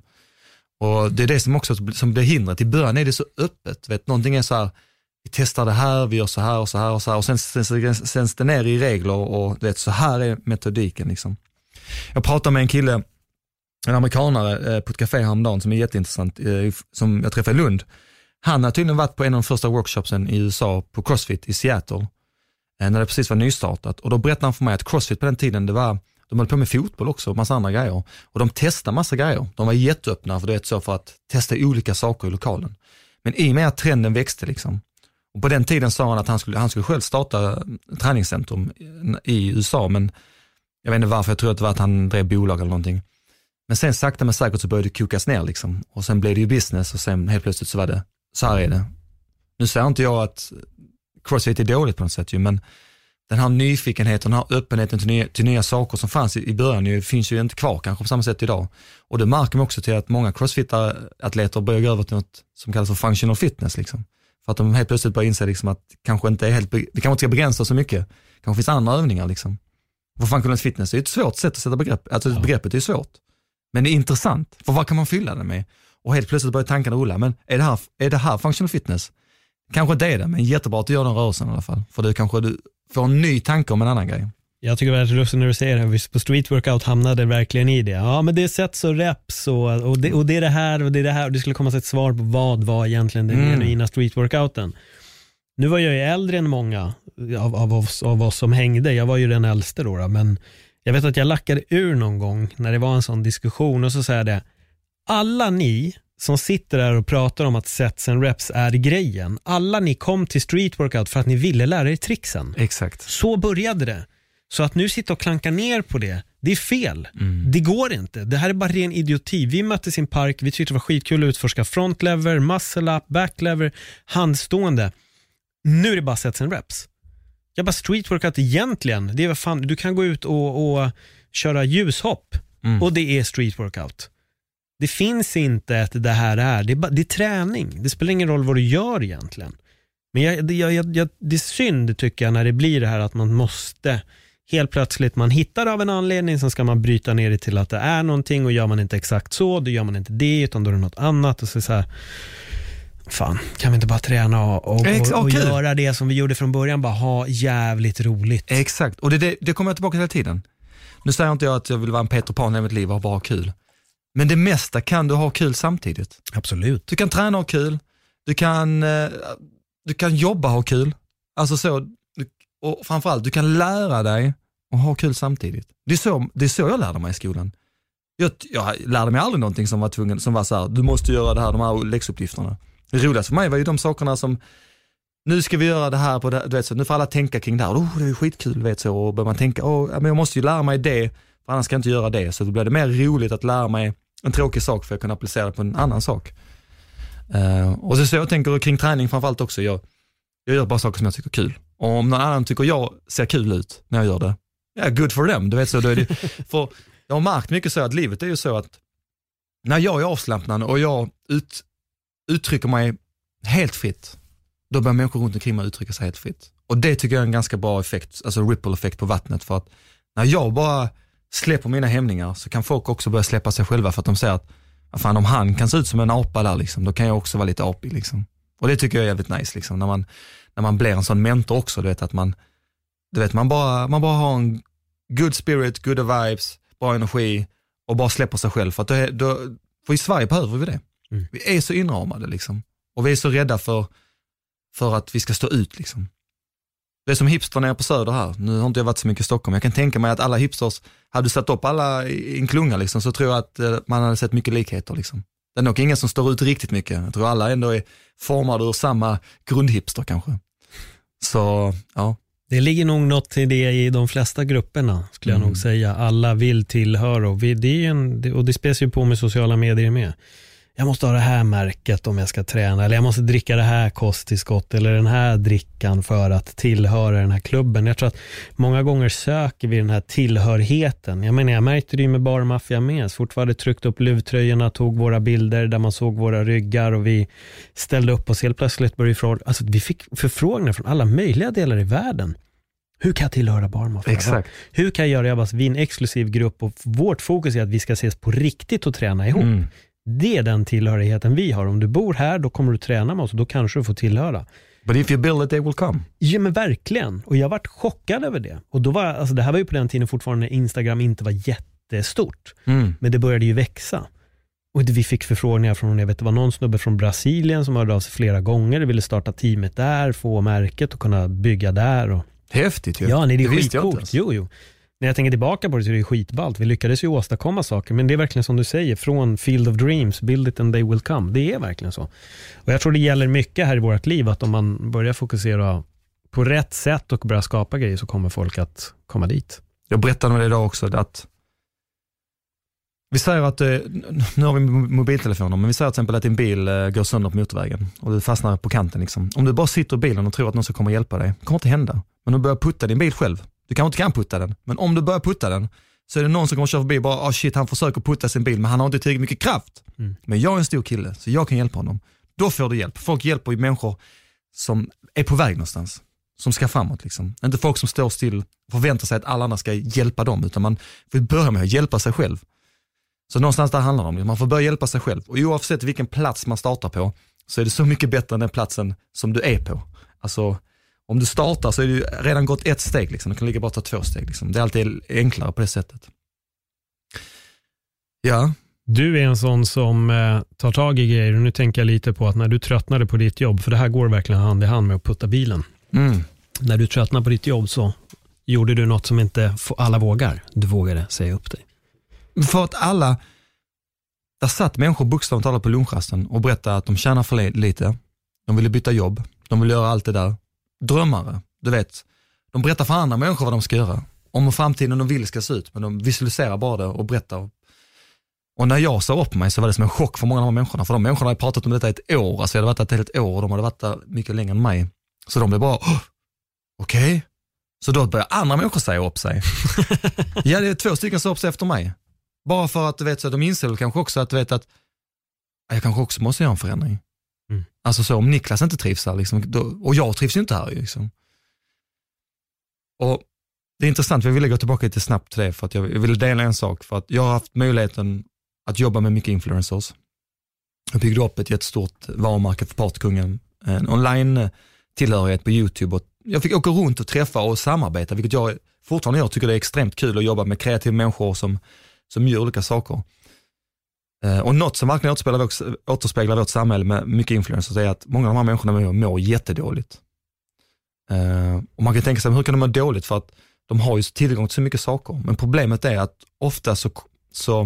Och det är det som också som blir hindret. I början är det så öppet, vet, någonting är så här, vi testar det här, vi gör så här och så här och så här och sen sänds det ner i regler och vet, så här är metodiken liksom. Jag pratade med en kille, en amerikanare på ett café häromdagen som är jätteintressant, som jag träffade i Lund. Han har tydligen varit på en av de första workshopsen i U S A på CrossFit i Seattle när det precis var nystartat, och då berättade han för mig att CrossFit på den tiden, det var, de höll på med fotboll också och massa andra grejer, och de testade massa grejer. De var jätteöppna för det, så för att testa olika saker i lokalen. Men i och med att trenden växte liksom, och på den tiden sa han att han skulle, han skulle själv starta träningscentrum i U S A, men jag vet inte varför, jag tror att det var att han drev bolag eller någonting. Men sen sakta men säkert så började det kokas ner liksom. Och sen blev det ju business och sen helt plötsligt så var det, så här är det. Nu säger inte jag att CrossFit är dåligt på något sätt ju, men den här nyfikenheten, den här öppenheten till nya, till nya saker som fanns i, i början ju, finns ju inte kvar kanske på samma sätt idag. Och det märker man också till att många CrossFit-atleter börjar gå över till något som kallas för functional fitness liksom. För att de helt plötsligt börjar inse liksom att kanske inte är helt, vi kanske inte ska begränsa så mycket. Kanske finns andra övningar liksom. För functional fitness är ett svårt sätt att sätta begrepp, alltså ja. Begreppet är svårt. Men det är intressant, för vad kan man fylla det med? Och helt plötsligt börjar tankarna rulla, men är det här, är det här functional fitness? Kanske inte är det, men jättebra att du gör den rörelsen i alla fall. För du kanske du får en ny tanke om en annan grej.
Jag tycker det är lustigt när du säger det, visst på street workout hamnade verkligen i det. Ja, men det är sets och reps och, och, det, och det är det här och det är det här, och det skulle komma ett svar på vad var egentligen den mm. genuina street workouten. Nu var jag ju äldre än många av, av, oss, av oss som hängde. Jag var ju den äldste då, men jag vet att jag lackade ur någon gång när det var en sån diskussion, och så säger det, alla ni som sitter där och pratar om att sets and reps är grejen, alla ni kom till street workout för att ni ville lära er tricksen.
Exakt.
Så började det. Så att nu sitta och klanka ner på det, det är fel. Mm. Det går inte. Det här är bara ren idioti. Vi möttes i en park, vi tyckte det var skitkul att utforska front lever, muscle up, back lever, handstående. Nu är det bara sets and reps. Jag bara street workout egentligen, det är vad fan, du kan gå ut och, och köra ljushopp mm. och det är street workout. Det finns inte att det här är, det är, bara, det är träning. Det spelar ingen roll vad du gör egentligen. Men jag, jag, jag, jag, det är synd tycker jag när det blir det här att man måste helt plötsligt, man hittar av en anledning, så ska man bryta ner det till att det är någonting, och gör man inte exakt så, då gör man inte det, utan då är det något annat, och så, så här, fan, kan vi inte bara träna och, och, och, och göra det som vi gjorde från början, bara ha jävligt roligt.
Exakt, och det, det, det kommer jag tillbaka hela tiden. Nu säger inte jag att jag vill vara en Peter Pan i mitt liv och bara ha kul. Men det mesta kan du ha kul samtidigt.
Absolut.
Du kan träna och ha kul, du kan, du kan jobba och ha kul. Alltså så, och framförallt, du kan lära dig och ha kul samtidigt. Det är så, det är så jag lärde mig i skolan. Jag, jag lärde mig aldrig någonting som var tvungen, som var så här, du måste göra det här, de här läxuppgifterna. Det roligaste för mig var ju de sakerna som, nu ska vi göra det här på det, du vet, så nu får alla tänka kring det här. Oh, det är skitkul, vet så, och börjar man tänka, oh, men jag måste ju lära mig det, för annars kan jag inte göra det. Så då blir det mer roligt att lära mig en tråkig sak för att kunna applicera det på en annan sak. Uh, och så, så jag tänker kring träning framförallt också, jag, jag gör bara saker som jag tycker är kul. Och om någon annan tycker jag ser kul ut när jag gör det, ja, yeah, good for them, du vet så. Då är det, för jag har märkt mycket så att livet är ju så att när jag är avslappnad och jag ut, uttrycker mig helt fritt, då börjar människor runt omkring mig uttrycka sig helt fritt. Och det tycker jag är en ganska bra effekt, alltså ripple-effekt på vattnet, för att när jag bara släpper mina hämningar så kan folk också börja släppa sig själva, för att de säger att fan, om han kan se ut som en apa där liksom, då kan jag också vara lite apig liksom. Och det tycker jag är jävligt nice liksom, när man, när man blir en sån mentor också, du vet att man, du vet, man bara, man bara har en good spirit, good vibes, bra energi och bara släpper sig själv, för att då, då, för i Sverige behöver vi det. Mm. Vi är så inramade liksom, och vi är så rädda för, för att vi ska stå ut liksom. Det är som hipster nere på Söder här. Nu har inte jag varit så mycket i Stockholm. Jag kan tänka mig att alla hipsters, hade satt upp alla i en klunga liksom, så tror jag att man hade sett mycket likheter liksom. Det är nog ingen som står ut riktigt mycket. Jag tror alla ändå är formade ur samma grundhipster kanske. Så, ja.
Det ligger nog något till det i de flesta grupperna, skulle jag mm. nog säga. Alla vill tillhöra, och, vi, det är en, och det spelar ju på med sociala medier med. jag måste ha det här märket om jag ska träna, eller jag måste dricka det här kosttillskott eller den här drickan för att tillhöra den här klubben. Jag tror att många gånger söker vi den här tillhörigheten. Jag menar, jag märkte det ju med Bar Mafia med. Så fortfarande tryckte upp luvtröjorna, tog våra bilder där man såg våra ryggar och vi ställde upp oss helt plötsligt. Började ifrån, alltså vi fick förfrågningar från alla möjliga delar i världen. Hur kan jag tillhöra Bar Mafia?
Exakt.
Hur kan jag göra Jabbas vi en exklusiv grupp och vårt fokus är att vi ska ses på riktigt och träna ihop. Mm. Det är den tillhörigheten vi har. Om du bor här, då kommer du träna med oss och då kanske du får tillhöra.
But if you build it, they will come.
Ja, men verkligen. Och jag varit chockad över det. Och då var, alltså det här var ju på den tiden fortfarande när Instagram inte var jättestort. Mm. Men det började ju växa. Och vi fick förfrågningar från, jag vet det var någon snubbe från Brasilien som hörde av sig flera gånger. De ville starta teamet där, få märket och kunna bygga där. Och...
Häftigt ju.
Ja, nej, det är det skitcoolt. Jo, jo. När jag tänker tillbaka på det så är det skitballt. Vi lyckades ju åstadkomma saker, men det är verkligen som du säger, från Field of Dreams, build it and they will come. Det är verkligen så. Och jag tror det gäller mycket här i vårt liv, att om man börjar fokusera på rätt sätt och börjar skapa grejer så kommer folk att komma dit.
Jag berättade med det idag också, att vi säger att, nu har vi mobiltelefoner, men vi säger till exempel att din bil går sönder på motorvägen och du fastnar på kanten. Liksom. Om du bara sitter i bilen och tror att någon ska komma och hjälpa dig, det kommer inte hända. Men om du börjar putta din bil själv, du kanske inte kan putta den, men om du börjar putta den så är det någon som kommer köra förbi och bara, oh shit, han försöker putta sin bil, men han har inte tillräckligt mycket kraft. Mm. Men jag är en stor kille, så jag kan hjälpa honom. Då får du hjälp. Folk hjälper ju människor som är på väg någonstans, som ska framåt. Liksom. Inte folk som står still och förväntar sig att alla andra ska hjälpa dem, utan man får börja med att hjälpa sig själv. Så någonstans där handlar det om det. Man får börja hjälpa sig själv. Och oavsett vilken plats man startar på så är det så mycket bättre än den platsen som du är på. Alltså, om du startar så är det redan gått ett steg. Liksom. Du kan lika bara ta två steg. Liksom. Det är alltid enklare på det sättet. Ja.
Du är en sån som eh, tar tag i grejer. Och nu tänker jag lite på att när du tröttnade på ditt jobb, för det här går verkligen hand i hand med att putta bilen. Mm. När du tröttnade på ditt jobb så gjorde du något som inte alla vågar. Du vågade säga upp dig.
För att alla, där satt människor bokstavligt talat på lunchrasten och berättade att de tjänar för lite. De ville byta jobb. De vill göra allt det där. Drömmare, du vet. De berättar för andra människor vad de ska göra. Om framtiden de vill ska se ut. Men de visualiserar bara det och berättar. Och när jag sa upp mig så var det som en chock för många av de människorna. För de människorna hade pratat om detta i ett år. Alltså jag hade varit där ett helt år och de hade varit där mycket längre än mig. Så de blev bara, okej. Okay. Så då började andra människor säga upp sig. Ja, det är två stycken som upp sig efter mig. Bara för att du vet, så att de inser kanske också att du vet att jag kanske också måste göra en förändring. Mm. Alltså så om Niklas inte trivs här liksom, då, och jag trivs ju inte här liksom. Och det är intressant, vi ville gå tillbaka lite snabbt till det för att jag ville dela en sak, för att jag har haft möjligheten att jobba med mycket influencers. Jag byggde upp ett jättestort varumärke för Partykungen, en online tillhörighet på YouTube, och jag fick åka runt och träffa och samarbeta, vilket jag fortfarande jag tycker det är extremt kul att jobba med kreativa människor som som gör olika saker. Eh, och något som verkligen återspeglar vårt, återspeglar vårt samhälle med mycket influencers är att många av de här människorna mår, mår jättedåligt. Eh, och man kan tänka sig, hur kan de må dåligt? För att de har ju tillgång till så mycket saker. Men problemet är att ofta så, så,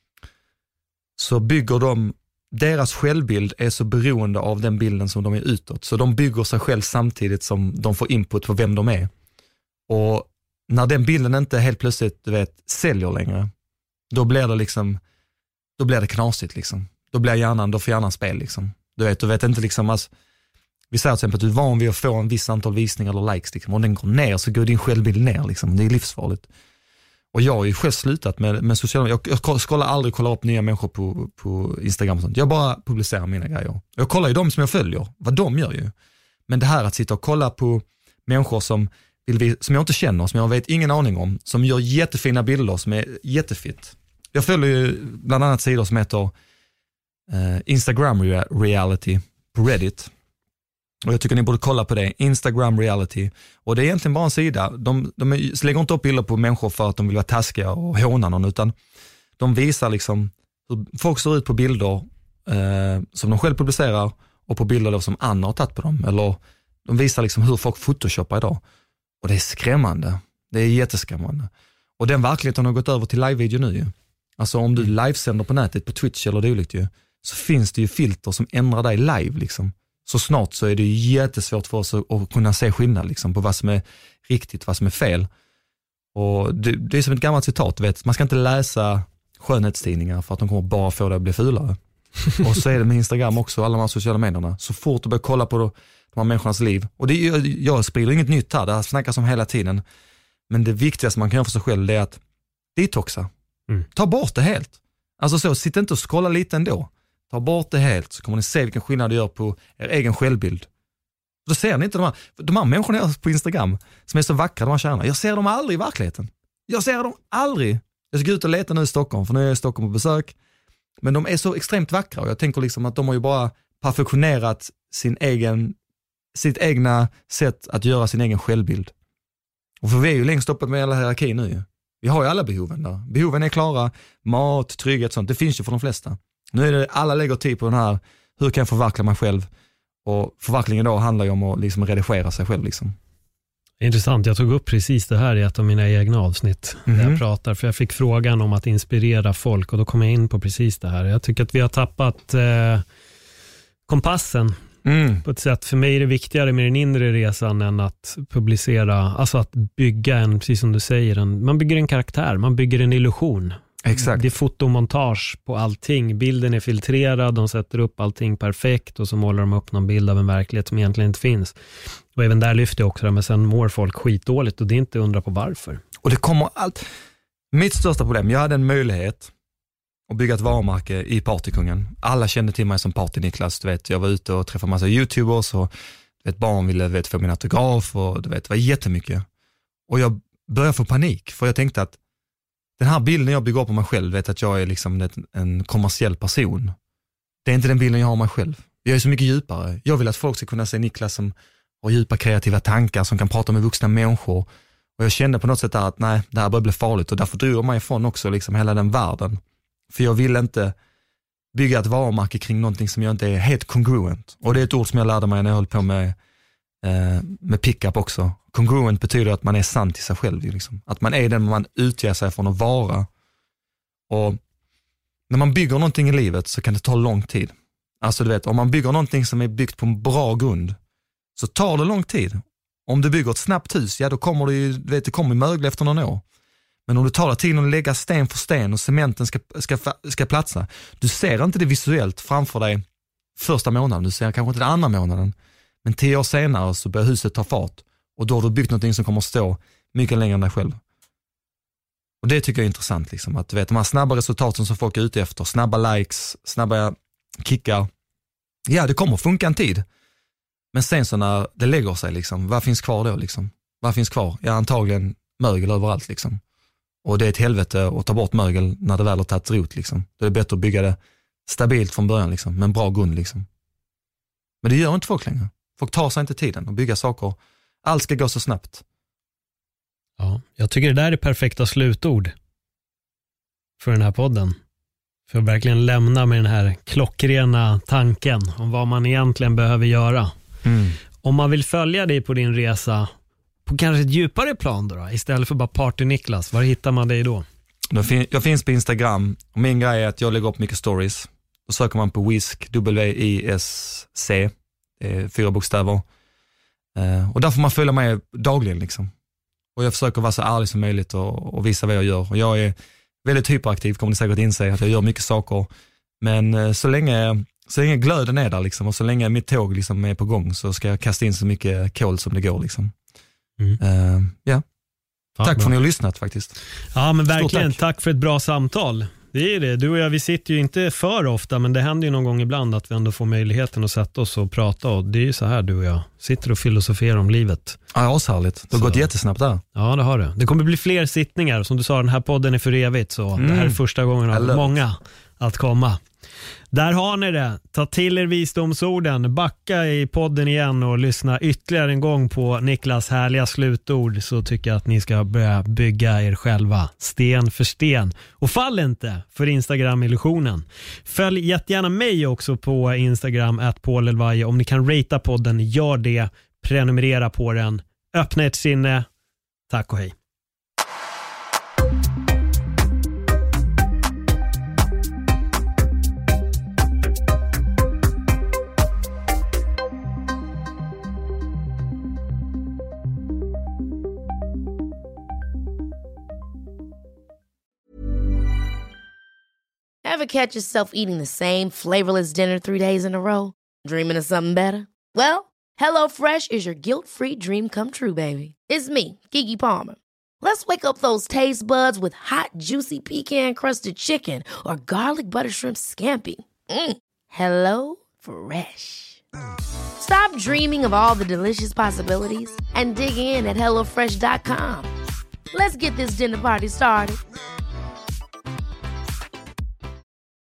så bygger de, deras självbild är så beroende av den bilden som de är utåt. Så de bygger sig själv samtidigt som de får input på vem de är. Och när den bilden inte helt plötsligt, du vet, säljer längre, då blir det liksom, då blir det knasigt liksom. Då blir hjärnan, då får hjärnan spel liksom. Du vet, du vet inte liksom, alltså, vi säger till exempel att du är van vid att få en viss antal visningar eller likes liksom. Om den går ner så går din självbild ner liksom. Det är livsfarligt. Och jag har ju själv slutat med, med sociala, jag, jag kollar aldrig kollar upp nya människor på, på Instagram och sånt. Jag bara publicerar mina grejer. Jag kollar ju de som jag följer, vad de gör ju. Men det här att sitta och kolla på människor som vill vi, som jag inte känner, som jag vet ingen aning om, som gör jättefina bilder, som är jättefitt. Jag följer ju bland annat sidor som heter eh, Instagram Reality på Reddit. Och jag tycker ni borde kolla på det. Instagram Reality. Och det är egentligen bara en sida. De, de lägger inte upp bilder på människor för att de vill vara taskiga och håna någon, utan de visar liksom hur folk ser ut på bilder eh, som de själv publicerar och på bilder då som andra har tagit på dem. Eller de visar liksom hur folk photoshoppar idag. Och det är skrämmande. Det är jätteskrämmande. Och den verkligheten har gått över till live-video nu ju. Alltså om du livesänder på nätet, på Twitch eller dylikt ju, så finns det ju filter som ändrar dig live liksom. Så snart så är det jättesvårt för oss att kunna se skillnad liksom, på vad som är riktigt, vad som är fel. Och det, det är som ett gammalt citat, vet. Man ska inte läsa skönhetstidningar för att de kommer bara få det att bli fulare. Och så är det med Instagram också, alla de här sociala medierna. Så fort du börjar kolla på de här människornas liv. Och det, jag, jag sprider inget nytt här, det här snackas om hela tiden. Men det viktigaste man kan göra för sig själv är att detoxa. Mm. Ta bort det helt. Alltså så, sitt inte och scrolla lite ändå. Ta bort det helt så kommer ni se vilken skillnad det gör på er egen självbild. Då ser ni inte de här, de här människorna på Instagram som är så vackra, de här kärnorna. Jag ser dem aldrig i verkligheten. Jag ser dem aldrig. Jag ska ut och leta nu i Stockholm, för nu är jag i Stockholm på besök. Men de är så extremt vackra och jag tänker liksom att de har ju bara perfektionerat sin egen, sitt egna sätt att göra sin egen självbild. Och för vi är ju längst uppe med hela hierarkin nu. Vi har ju alla behoven där. Behoven är klara, mat, trygghet, sånt. Det finns ju för de flesta. Nu är det, alla lägger tid på den här, hur kan jag förverkliga mig själv? Och förverkligen då handlar ju om att liksom redigera sig själv liksom.
Intressant, jag tog upp precis det här i ett av mina egna avsnitt mm-hmm. där jag pratar, för jag fick frågan om att inspirera folk och då kom jag in på precis det här. Jag tycker att vi har tappat eh, kompassen mm. på ett sätt. För mig är det viktigare med den inre resan än att publicera, alltså att bygga en, precis som du säger, en, man bygger en karaktär, man bygger en illusion.
Exakt.
Det är fotomontage på allting. Bilden är filtrerad, de sätter upp allting perfekt och så målar de upp någon bild av en verklighet som egentligen inte finns. Och även där lyfter jag också det, men sen mår folk skitdåligt och det är inte undra på varför.
Och det kommer allt. Mitt största problem, jag hade en möjlighet att bygga ett varumärke i Partykungen. Alla kände till mig som Party-Niklas, du vet. Jag var ute och träffade massa YouTubers och du vet, barn ville vet, få min autograf och du vet, det var jättemycket. Och jag började få panik för jag tänkte att den här bilden jag bygger upp på mig själv, vet att jag är liksom en kommersiell person. Det är inte den bilden jag har av mig själv. Jag är så mycket djupare. Jag vill att folk ska kunna se Niklas som har djupa kreativa tankar, som kan prata med vuxna människor. Och jag kände på något sätt att nej, det här börjar bli farligt. Och därför drog jag mig ifrån också liksom hela den världen. För jag vill inte bygga ett varumärke kring någonting som jag inte är helt congruent. Och det är ett ord som jag lärde mig när jag höll på med, eh, med pickup också. Congruent betyder att man är sann till sig själv. Liksom. Att man är den man utger sig från att vara. Och när man bygger någonting i livet så kan det ta lång tid. Alltså du vet, om man bygger någonting som är byggt på en bra grund så tar det lång tid. Om du bygger ett snabbt hus, ja då kommer det ju, vet, det kommer mögla efter några år. Men om du tar dig tid att lägga sten för sten och cementen ska, ska, ska platsa, du ser inte det visuellt framför dig första månaden, du ser kanske inte den andra månaden. Men tio år senare så börjar huset ta fart och då har du byggt någonting som kommer att stå mycket längre än dig själv. Och det tycker jag är intressant, liksom, att du vet, de här snabba resultaten som folk är ute efter, snabba likes, snabba kickar, ja det kommer funka en tid. Men sen så när det lägger sig, liksom, vad finns kvar då? Liksom? Vad finns kvar? Ja, antagligen mögel överallt. Liksom. Och det är ett helvete att ta bort mögel när det väl har tagit rot. Liksom. Då är det bättre att bygga det stabilt från början, liksom, med en bra grund. Liksom. Men det gör inte folk längre. Folk tar sig inte tiden att bygga saker. Allt ska gå så snabbt.
Ja, jag tycker det där är perfekta slutord för den här podden. För att verkligen lämna med den här klockrena tanken om vad man egentligen behöver göra. Mm. Om man vill följa dig på din resa på kanske ett djupare plan då, då istället för bara Party-Niklas, var hittar man dig då?
Jag finns på Instagram och min grej är att jag lägger upp mycket stories. Då söker man på Wisk, W I S C, fyra bokstäver. Och där får man följa mig dagligen liksom. Och jag försöker vara så ärlig som möjligt och, och visa vad jag gör. Och jag är väldigt hyperaktiv, kommer ni säkert inse att jag gör mycket saker. Men så länge, så länge glöden är där liksom, och så länge mitt tåg liksom är på gång så ska jag kasta in så mycket kol som det går. Liksom. Mm. Uh, yeah. Tack för att ni har lyssnat faktiskt.
Ja men verkligen, tack. tack för ett bra samtal. Det är det, du och jag vi sitter ju inte för ofta, men det händer ju någon gång ibland att vi ändå får möjligheten att sätta oss och prata, och det är ju så här du och jag sitter och filosoferar om livet.
Ja, ashärligt. Det har så. Gått jättesnabbt där.
Ja, det har det. Det kommer bli fler sittningar, som du sa, den här podden är för evigt, så mm. det här är första gången av många att komma. Där har ni det. Ta till er visdomsorden, backa i podden igen och lyssna ytterligare en gång på Niklas härliga slutord, så tycker jag att ni ska börja bygga er själva sten för sten. Och fall inte för Instagram-illusionen. Följ jättegärna mig också på Instagram at Paul Elvaje. Om ni kan ratea podden, gör det. Prenumerera på den. Öppna ert sinne. Tack och hej.
Ever Ever catch yourself eating the same flavorless dinner three days in a row? Dreaming of something better? Well, HelloFresh is your guilt-free dream come true, baby. It's me, Keke Palmer. Let's wake up those taste buds with hot, juicy pecan-crusted chicken or garlic butter shrimp scampi. Mm. Hello Fresh. Stop dreaming of all the delicious possibilities and dig in at hello fresh dot com. Let's get this dinner party started.